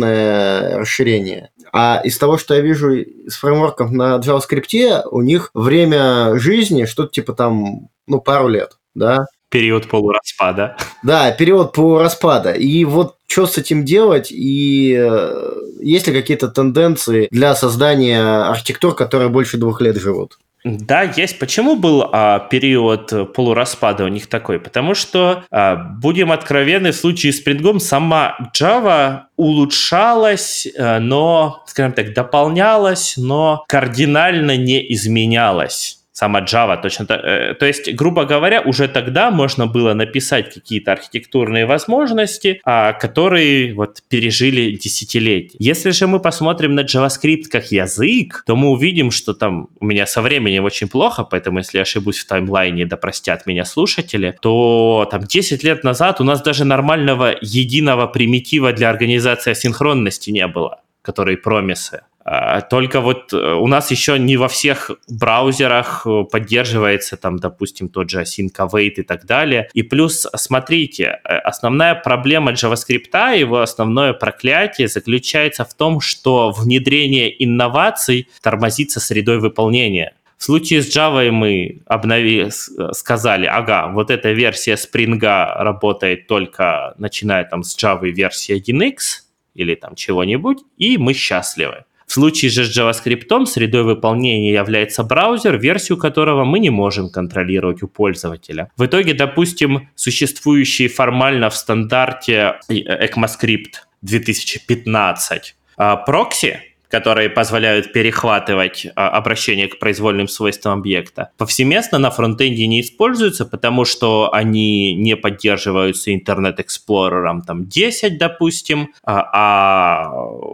вечное расширение. А из того, что я вижу из фреймворков на JavaScript, у них время жизни что-то типа там, ну, пару лет, да? Период полураспада. Да, период полураспада. И вот что с этим делать, и э, есть ли какие-то тенденции для создания архитектур, которые больше двух лет живут? Да, есть. Почему был а, период полураспада у них такой? Потому что, а, будем откровенны, в случае с Spring сама Java улучшалась, а, но, скажем так, дополнялась, но кардинально не изменялась. Сама Java точно так. То есть, грубо говоря, уже тогда можно было написать какие-то архитектурные возможности, которые вот пережили десятилетия. Если же мы посмотрим на JavaScript как язык, то мы увидим, что там у меня со временем очень плохо, поэтому если я ошибусь в таймлайне, да простят меня слушатели, то там десять лет назад у нас даже нормального единого примитива для организации асинхронности не было, который промисы. Только вот у нас еще не во всех браузерах поддерживается там, допустим, тот же async await и так далее. И плюс, смотрите, основная проблема JavaScript, его основное проклятие заключается в том, что внедрение инноваций тормозится средой выполнения. В случае с Java мы обнови, сказали, ага, вот эта версия Spring работает только начиная там с Java версии один икс или там чего-нибудь, и мы счастливы. В случае же с JavaScript средой выполнения является браузер, версию которого мы не можем контролировать у пользователя. В итоге, допустим, существующий формально в стандарте ECMAScript две тысячи пятнадцать прокси, которые позволяют перехватывать а, обращение к произвольным свойствам объекта, повсеместно на фронтенде не используются, потому что они не поддерживаются Internet Explorer там, десять, допустим, а, а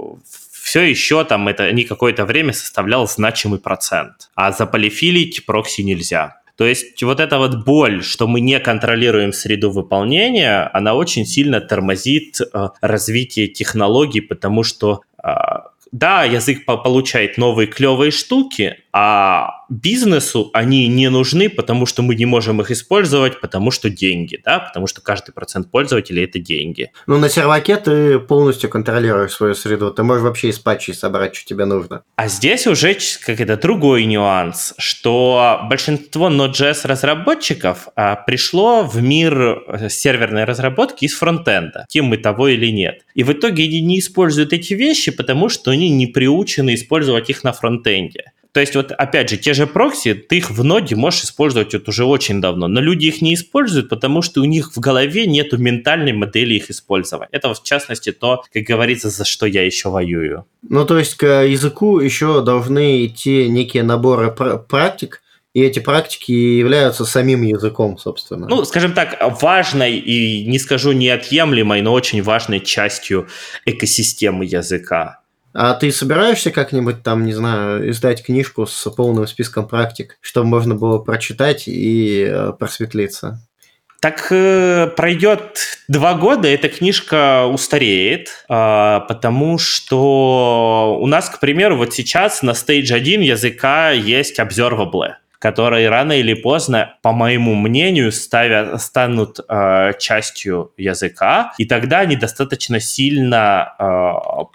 все еще там это не какое-то время составлял значимый процент. А заполифилить прокси нельзя. То есть вот эта вот боль, что мы не контролируем среду выполнения, она очень сильно тормозит э, развитие технологий, потому что э, да, язык получает новые клевые штуки, а бизнесу они не нужны, потому что мы не можем их использовать, потому что деньги, да, потому что каждый процент пользователей – это деньги. Ну, на серваке ты полностью контролируешь свою среду, ты можешь вообще из патчей собрать, что тебе нужно. А здесь уже как-то другой нюанс, что большинство Node.js-разработчиков а, пришло в мир серверной разработки из фронтенда, тем мы того или нет. И в итоге они не используют эти вещи, потому что они не приучены использовать их на фронтенде. То есть вот опять же, те же прокси, ты их в ноде можешь использовать вот уже очень давно, но люди их не используют, потому что у них в голове нету ментальной модели их использовать. Это в частности то, как говорится, за что я еще воюю. Ну то есть к языку еще должны идти некие наборы пр- практик, и эти практики являются самим языком, собственно. Ну, скажем так, важной и, не скажу неотъемлемой, но очень важной частью экосистемы языка. А ты собираешься как-нибудь там, не знаю, издать книжку с полным списком практик, чтобы можно было прочитать и э, просветлиться? Так э, пройдет два года, эта книжка устареет, э, потому что у нас, к примеру, вот сейчас на стейдж один языка есть observable, которые рано или поздно, по моему мнению, ставят, станут э, частью языка, и тогда они достаточно сильно э,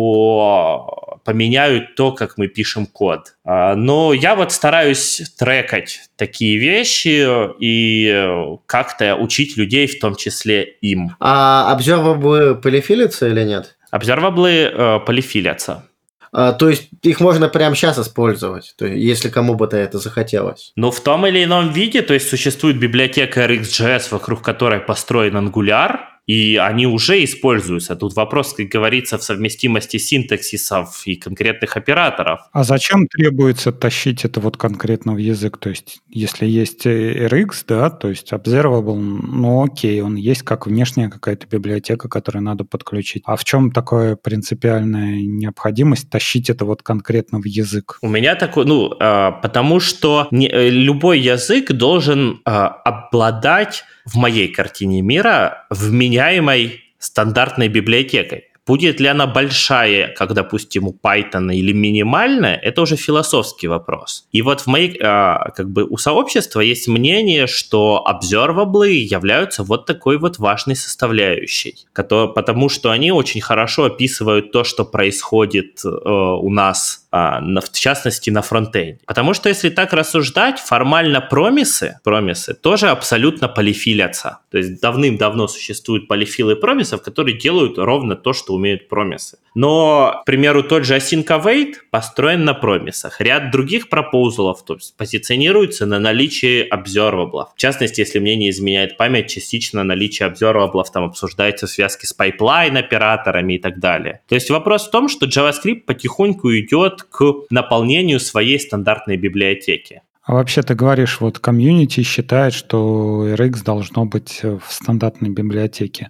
по... поменяют то, как мы пишем код. Э, но я вот стараюсь трекать такие вещи и как-то учить людей, в том числе им. А observable полифилятся или нет? Observable э, полифилятся. А, то есть их можно прямо сейчас использовать, то есть, если кому бы то это захотелось. Но в том или ином виде, то есть существует библиотека эр икс джей эс, вокруг которой построен Angular, и они уже используются. Тут вопрос, как говорится, в совместимости синтаксисов и конкретных операторов. А зачем требуется тащить это вот конкретно в язык? То есть, если есть эр икс, да, то есть observable, ну окей, он есть как внешняя какая-то библиотека, которую надо подключить. А в чем такая принципиальная необходимость тащить это вот конкретно в язык? У меня такой, ну, э, потому что не, э, любой язык должен э, обладать в моей картине мира вменяемой стандартной библиотекой. Будет ли она большая, как, допустим, у Python, или минимальная, это уже философский вопрос. И вот в моей, как бы у сообщества есть мнение, что observable являются вот такой вот важной составляющей, который, потому что они очень хорошо описывают то, что происходит э, у нас, э, на, в частности, на фронтенде. Потому что если так рассуждать, формально промисы, промисы тоже абсолютно полифилятся. То есть давным-давно существуют полифилы промисов, которые делают ровно то, что умеют промисы. Но, к примеру, тот же async await построен на промисах. Ряд других пропозалов то есть, позиционируется на наличие observable. В частности, если мне не изменяет память, частично наличие observable там обсуждается в связке с пайплайн-операторами и так далее. То есть вопрос в том, что JavaScript потихоньку идет к наполнению своей стандартной библиотеки. А вообще ты говоришь, вот комьюнити считает, что эр икс должно быть в стандартной библиотеке.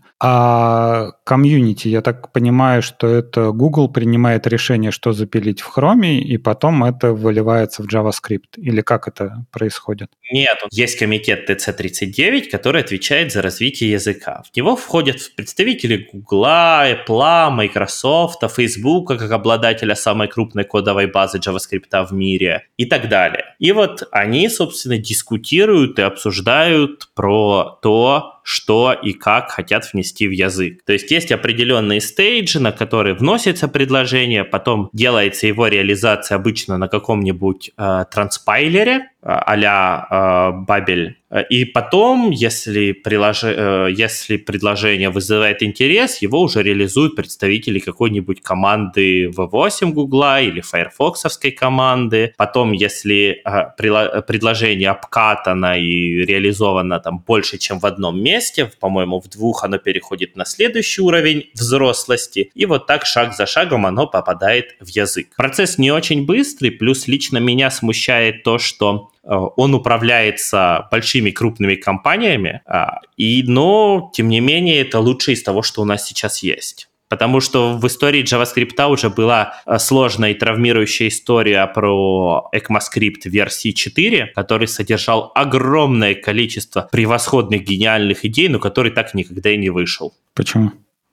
А комьюнити, я так понимаю, что это Google принимает решение, что запилить в Chrome, и потом это выливается в JavaScript. Или как это происходит? Нет, есть комитет ти си тридцать девять, который отвечает за развитие языка. В него входят представители Google, Apple, Microsoft, Facebook, как обладателя самой крупной кодовой базы JavaScript в мире и так далее. И вот они, собственно, дискутируют и обсуждают про то, что и как хотят внести в язык. То есть есть определенные стейджи, на которые вносится предложение, потом делается его реализация обычно на каком-нибудь э, транспайлере, э, а-ля э, Бабель. И потом, если, прилож... э, если предложение вызывает интерес, его уже реализуют представители какой-нибудь команды ви восемь Гугла или файрфоксовской команды. Потом, если э, прила... предложение обкатано и реализовано там больше, чем в одном месте, по-моему, в двух оно переходит на следующий уровень взрослости, и вот так шаг за шагом оно попадает в язык. Процесс не очень быстрый, плюс лично меня смущает то, что он управляется большими крупными компаниями, и, но, тем не менее, это лучшее из того, что у нас сейчас есть. Потому что в истории JavaScript уже была сложная и травмирующая история про ECMAScript версии четыре, который содержал огромное количество превосходных гениальных идей, но который так никогда и не вышел. Почему?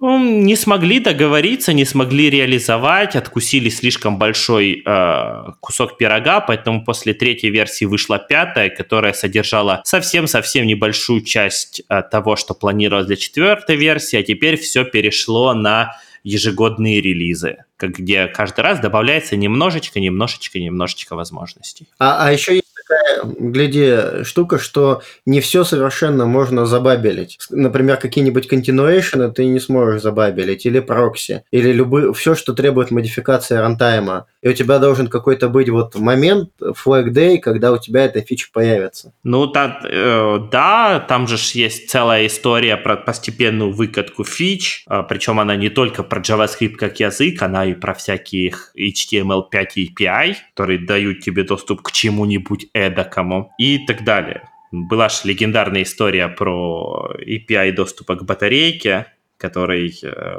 Не смогли договориться, не смогли реализовать, откусили слишком большой э, кусок пирога, поэтому после третьей версии вышла пятая, которая содержала совсем-совсем небольшую часть э, того, что планировалось для четвертой версии, а теперь все перешло на ежегодные релизы, где каждый раз добавляется немножечко, немножечко, немножечко возможностей. А, а еще есть такая, гляди, штука, что не все совершенно можно забабелить. Например, какие-нибудь continuation ты не сможешь забабелить, или прокси, или любые, все, что требует модификации рантайма. И у тебя должен какой-то быть вот момент, flag day, когда у тебя эта фича появится. Ну, та, э, да, там же есть целая история про постепенную выкатку фич, э, причем она не только про JavaScript как язык, она и про всяких эйч ти эм эл пять эй пи ай, которые дают тебе доступ к чему-нибудь эдакому и так далее. Была же легендарная история про эй пи ай доступа к батарейке, который э,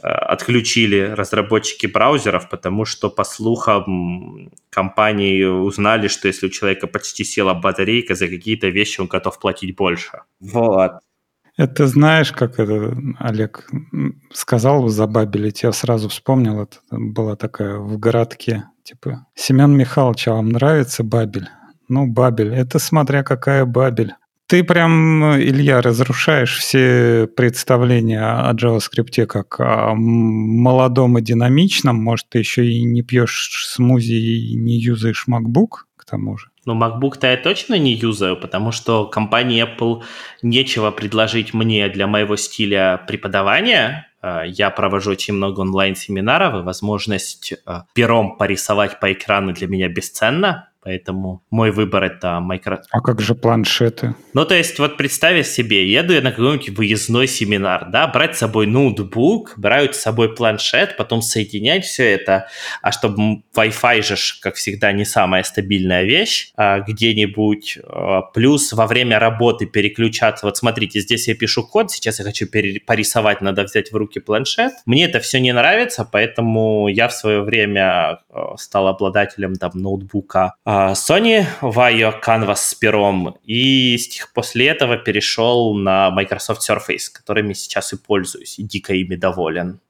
отключили разработчики браузеров, потому что, по слухам, компании узнали, что если у человека почти села батарейка, за какие-то вещи он готов платить больше. Вот. Это знаешь, как это Олег сказал, забабелить, я сразу вспомнил, это была такая в городке, типа, Семен Михайлович, а вам нравится Бабель? Ну, Бабель, это смотря какая Бабель. Ты прям, Илья, разрушаешь все представления о JavaScript как о молодом и динамичном. Может, ты еще и не пьешь смузи и не юзаешь MacBook к тому же? Ну, MacBook-то я точно не юзаю, потому что компании Apple нечего предложить мне для моего стиля преподавания. Я провожу очень много онлайн-семинаров, и возможность пером порисовать по экрану для меня бесценна. Поэтому мой выбор — это Microsoft. А как же планшеты? Ну, то есть, вот представь себе, еду я на какой-нибудь выездной семинар, да, брать с собой ноутбук, брать с собой планшет, потом соединять все это, а чтобы Wi-Fi же, как всегда, не самая стабильная вещь, а где-нибудь, а, плюс во время работы переключаться. Вот смотрите, здесь я пишу код, сейчас я хочу пере- порисовать, надо взять в руки планшет. Мне это все не нравится, поэтому я в свое время стал обладателем там ноутбука Sony Vaio Canvas с пером, и после этого перешел на Microsoft Surface, которыми сейчас и пользуюсь, и дико ими доволен.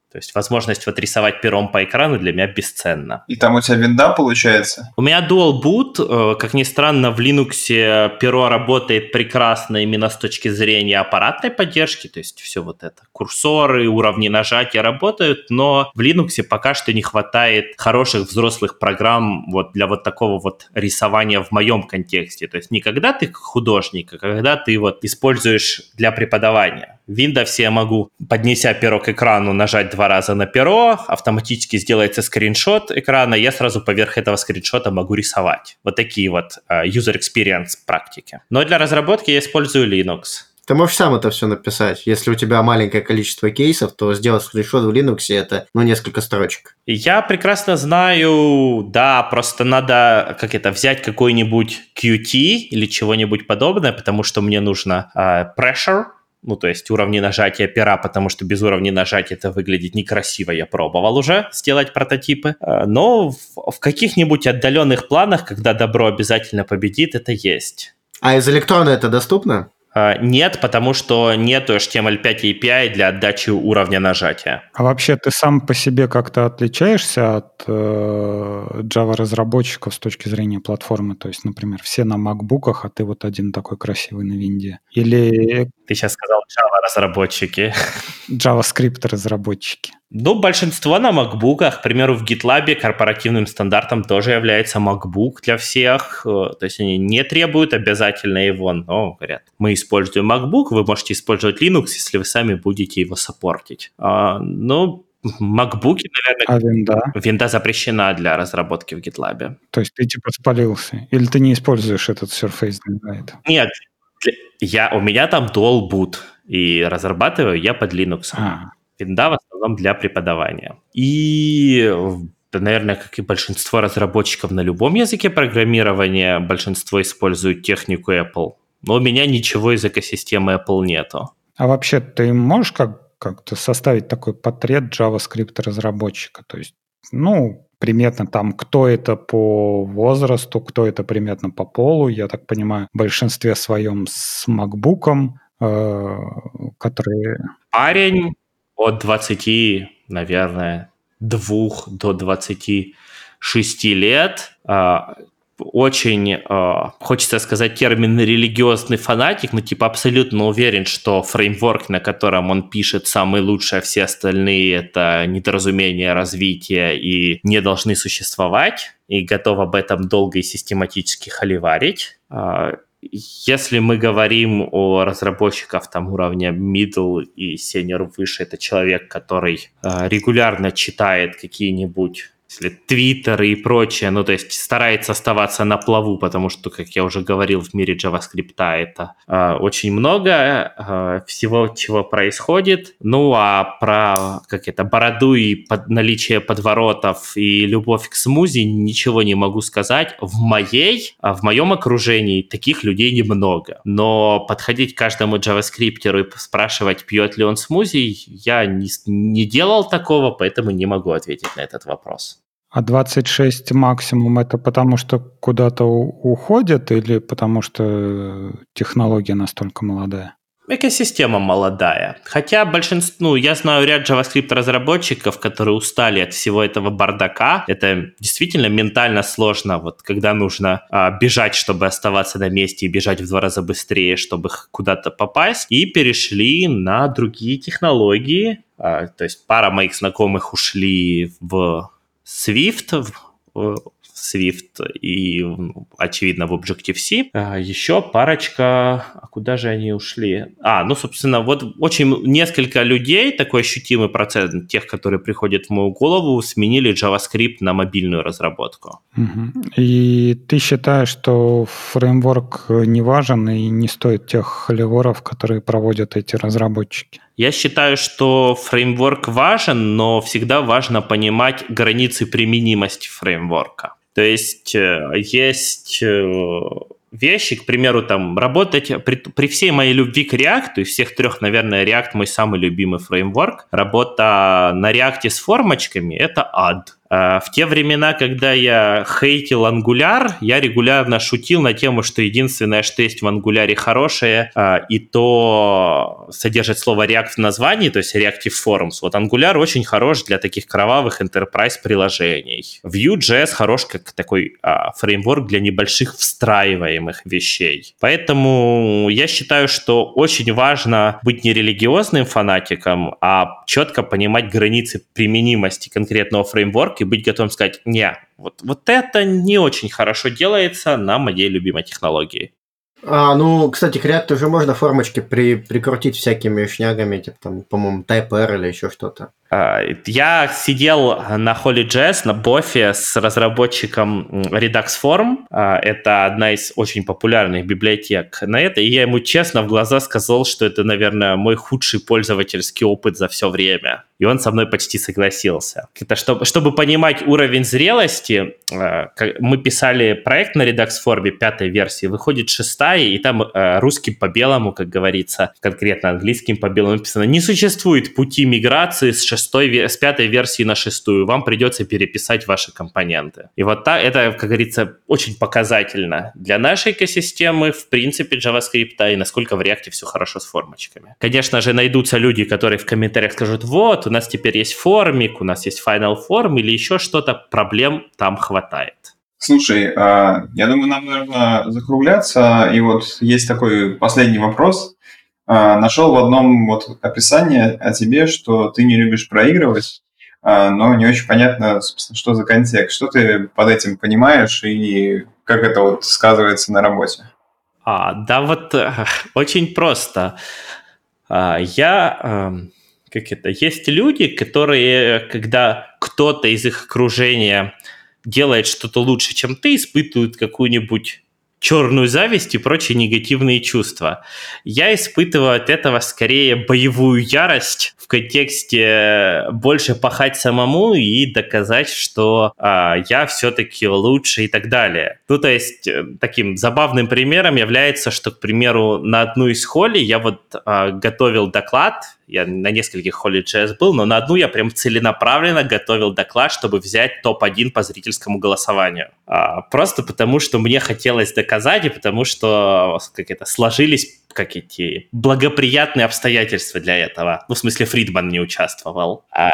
То есть возможность вот рисовать пером по экрану для меня бесценна. И там у тебя винда получается? У меня Dual Boot. Как ни странно, в Linux перо работает прекрасно именно с точки зрения аппаратной поддержки. То есть все вот это, курсоры, уровни нажатия работают, но в Linux пока что не хватает хороших взрослых программ вот для вот такого вот рисования в моем контексте. То есть не когда ты художник, а когда ты вот используешь для преподавания. В Windows я могу, поднеся перо к экрану, нажать два раза на перо, автоматически сделается скриншот экрана, я сразу поверх этого скриншота могу рисовать. Вот такие вот uh, user experience практики. Но для разработки я использую Linux. Ты можешь сам это все написать. Если у тебя маленькое количество кейсов, то сделать скриншот в Linux это, ну, несколько строчек. Я прекрасно знаю, да, просто надо, как это, взять какой-нибудь кью ти или чего-нибудь подобное, потому что мне нужно uh, pressure, ну, то есть уровни нажатия пера, потому что без уровней нажатия это выглядит некрасиво. Я пробовал уже сделать прототипы. Но в, в каких-нибудь отдаленных планах, когда добро обязательно победит, это есть. А из электрона это доступно? Нет, потому что нету эйч ти эм эль пять эй пи ай для отдачи уровня нажатия. А вообще ты сам по себе как-то отличаешься от э, Java-разработчиков с точки зрения платформы? То есть, например, все на макбуках, а ты вот один такой красивый на винде? Или... Ты сейчас сказал Java-разработчики. JavaScript-разработчики. Ну, большинство на макбуках. К примеру, в GitLab корпоративным стандартом тоже является MacBook для всех. То есть они не требуют обязательно его, но говорят, мы используем MacBook, вы можете использовать Linux, если вы сами будете его саппортить. А, ну, MacBook, наверное... А винда? Винда запрещена для разработки в GitLab. То есть ты типа спалился? Или ты не используешь этот Surface для этого? Нет, я, у меня там Dual Boot, и разрабатываю я под Linux. А. Винда в основном для преподавания. И, наверное, как и большинство разработчиков на любом языке программирования, большинство используют технику Apple. Но у меня ничего из экосистемы Apple нету. А вообще ты можешь как- как-то составить такой портрет JavaScript-разработчика? То есть, ну, примерно там, кто это по возрасту, кто это примерно по полу. Я так понимаю, в большинстве своем с MacBook'ом, э, которые... Парень от двадцати, наверное, двух до двадцати шести лет. Очень, хочется сказать, термин религиозный фанатик, но типа абсолютно уверен, что фреймворк, на котором он пишет, самый лучший, а все остальные это недоразумение развития и не должны существовать, и готов об этом долго и систематически холиварить. Если мы говорим о разработчиках там уровня middle и senior выше, это человек, который э, регулярно читает какие-нибудь твиттеры и прочее, ну, то есть старается оставаться на плаву, потому что, как я уже говорил, в мире JavaScript это э, очень много э, всего, чего происходит. Ну, а про, как это, бороду и под, наличие подворотов и любовь к смузи ничего не могу сказать. В моей, в моем окружении таких людей немного. Но подходить к каждому JavaScripтеру и спрашивать, пьет ли он смузи, я не, не делал такого, поэтому не могу ответить на этот вопрос. А двадцать шесть максимум это потому, что куда-то у- уходят или потому, что технология настолько молодая? Экосистема молодая. Хотя большинство, ну, я знаю ряд JavaScript-разработчиков, которые устали от всего этого бардака. Это действительно ментально сложно, вот когда нужно а, бежать, чтобы оставаться на месте, и бежать в два раза быстрее, чтобы куда-то попасть. И перешли на другие технологии. А, то есть пара моих знакомых ушли в Swift, в Swift и, очевидно, в Objective-C. А, еще парочка... А куда же они ушли? А, ну, собственно, вот очень несколько людей, такой ощутимый процент тех, которые приходят в мою голову, сменили JavaScript на мобильную разработку. Угу. И ты считаешь, что фреймворк не важен и не стоит тех холиворов, которые проводят эти разработчики? Я считаю, что фреймворк важен, но всегда важно понимать границы применимости фреймворка. То есть есть вещи, к примеру, там работать при, при всей моей любви к React, из всех трех, наверное, React мой самый любимый фреймворк. Работа на React с формочками — это ад. В те времена, когда я хейтил Angular, я регулярно шутил на тему, что единственное, что есть в Angular хорошее, и то содержит слово React в названии, то есть Reactive Forms. Вот Angular очень хорош для таких кровавых enterprise-приложений. Vue.js хорош как такой а, фреймворк для небольших встраиваемых вещей. Поэтому я считаю, что очень важно быть не религиозным фанатиком, а четко понимать границы применимости конкретного фреймворка и быть готовым сказать: не, вот, вот это не очень хорошо делается на моей любимой технологии. А, ну, кстати, к React уже можно формочки при, прикрутить всякими шнягами, типа там, по-моему, Type-R или еще что-то. Я сидел на HolyJS, на Бофе с разработчиком Redux Form. Это одна из очень популярных библиотек на это. И я ему честно в глаза сказал, что это, наверное, мой худший пользовательский опыт за все время. И он со мной почти согласился. Это чтобы, чтобы понимать уровень зрелости, мы писали проект на Redux Form пятой версии, выходит шестая, и там русским по белому, как говорится, конкретно английским по белому написано: не существует пути миграции с шестой с пятой версии на шестую, вам придется переписать ваши компоненты. И вот так, это, как говорится, очень показательно для нашей экосистемы, в принципе, JavaScript, и насколько в React все хорошо с формочками. Конечно же, найдутся люди, которые в комментариях скажут: вот, у нас теперь есть формик, у нас есть Final Form или еще что-то, проблем там хватает. Слушай, я думаю, нам нужно закругляться, и вот есть такой последний вопрос. Нашел в одном вот описании о тебе, что ты не любишь проигрывать, но не очень понятно, собственно, что за контекст. Что ты под этим понимаешь и как это вот сказывается на работе? А, да вот очень просто. Я... Как это? Есть люди, которые, когда кто-то из их окружения делает что-то лучше, чем ты, испытывают какую-нибудь черную зависть и прочие негативные чувства. Я испытываю от этого скорее боевую ярость в контексте больше пахать самому и доказать, что а, я все-таки лучше и так далее. Ну, то есть, таким забавным примером является, что, к примеру, на одну из холи я вот а, готовил доклад, я на нескольких HolyJS был, но на одну я прям целенаправленно готовил доклад, чтобы взять топ один по зрительскому голосованию. А, просто потому, что мне хотелось доказать, и потому что как это, сложились как эти благоприятные обстоятельства для этого. Ну, в смысле, Фридман не участвовал. А,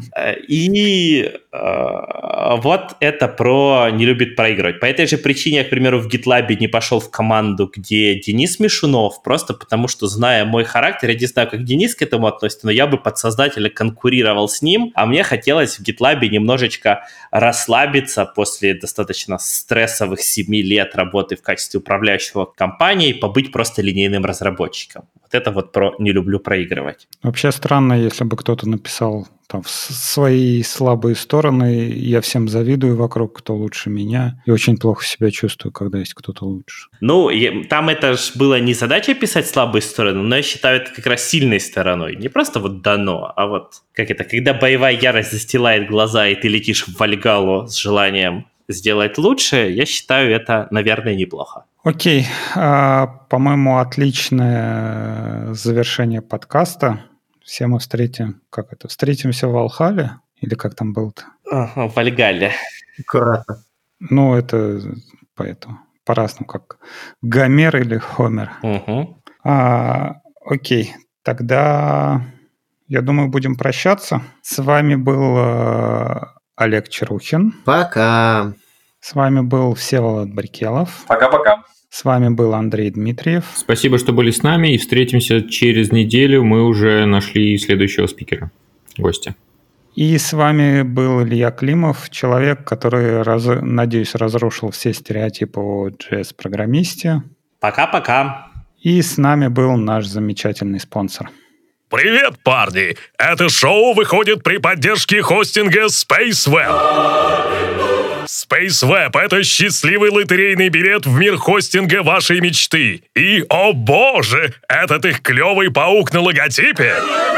и а, вот это про не любит проигрывать. По этой же причине я, к примеру, в GitLab не пошел в команду, где Денис Мишунов, просто потому что, зная мой характер, я не знаю, как Денис к этому относится, но я бы подсознательно конкурировал с ним, а мне хотелось в GitLab немножечко расслабиться после достаточно стрессовых семи лет работы в качестве управляющего компанией, побыть просто линейным разработчиком. Вот это вот про «не люблю проигрывать». Вообще странно, если бы кто-то написал там свои слабые стороны. Я всем завидую вокруг, кто лучше меня. И очень плохо себя чувствую, когда есть кто-то лучше. Ну, там это же было не задача писать слабые стороны, но я считаю это как раз сильной стороной. Не просто вот дано, а вот как это, когда боевая ярость застилает глаза, и ты летишь в Вальгаллу с желанием сделать лучше, я считаю это, наверное, неплохо. Окей. А, по-моему, отличное завершение подкаста. Все мы встретим... Как это? Встретимся в Валхалле? Или как там было-то? Ага, в Вальгалле. Аккуратно. Ну, это поэтому. По-разному, как Гомер или Хомер. Угу. А, окей. Тогда, я думаю, будем прощаться. С вами был Олег Чарухин. Пока. С вами был Всеволод Баркелов. Пока-пока. С вами был Андрей Дмитриев. Спасибо, что были с нами, и встретимся через неделю. Мы уже нашли следующего спикера, гостя. И с вами был Илья Климов, человек, который, раз, надеюсь, разрушил все стереотипы о джей эс-программисте. Пока-пока. И с нами был наш замечательный спонсор. Привет, парни! Это шоу выходит при поддержке хостинга SpaceWeb. SpaceWeb — это счастливый лотерейный билет в мир хостинга вашей мечты. И, о боже, этот их клевый паук на логотипе.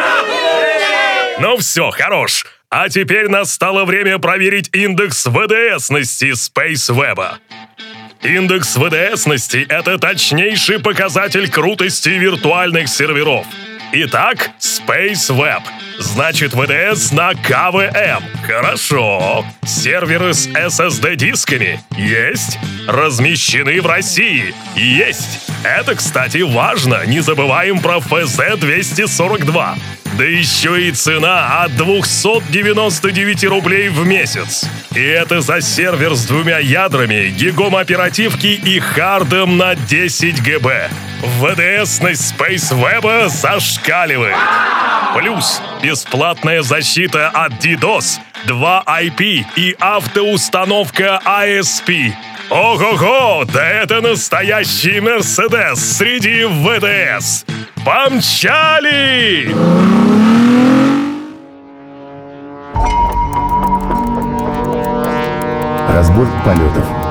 Ну все, хорош. А теперь настало время проверить индекс ви ди эс-ности SpaceWeb. Индекс ви ди эс-ности — это точнейший показатель крутости виртуальных серверов. Итак, SpaceWeb. Значит, ви ди эс на ка ви эм. Хорошо. Серверы с эс эс ди-дисками? Есть. Размещены в России? Есть. Это, кстати, важно. Не забываем про эф зет двести сорок два. Да еще и цена от двести девяносто девять рублей в месяц. И это за сервер с двумя ядрами, гигом оперативки и хардом на десять гигабайт. ви ди эс-ность SpaceWeb зашкаливает. Плюс бесплатная защита от DDoS, два ай пи и автоустановка ай эс пи. Ого-го, да это настоящий Мерседес среди ви ди эс. Помчали! Разбор полетов.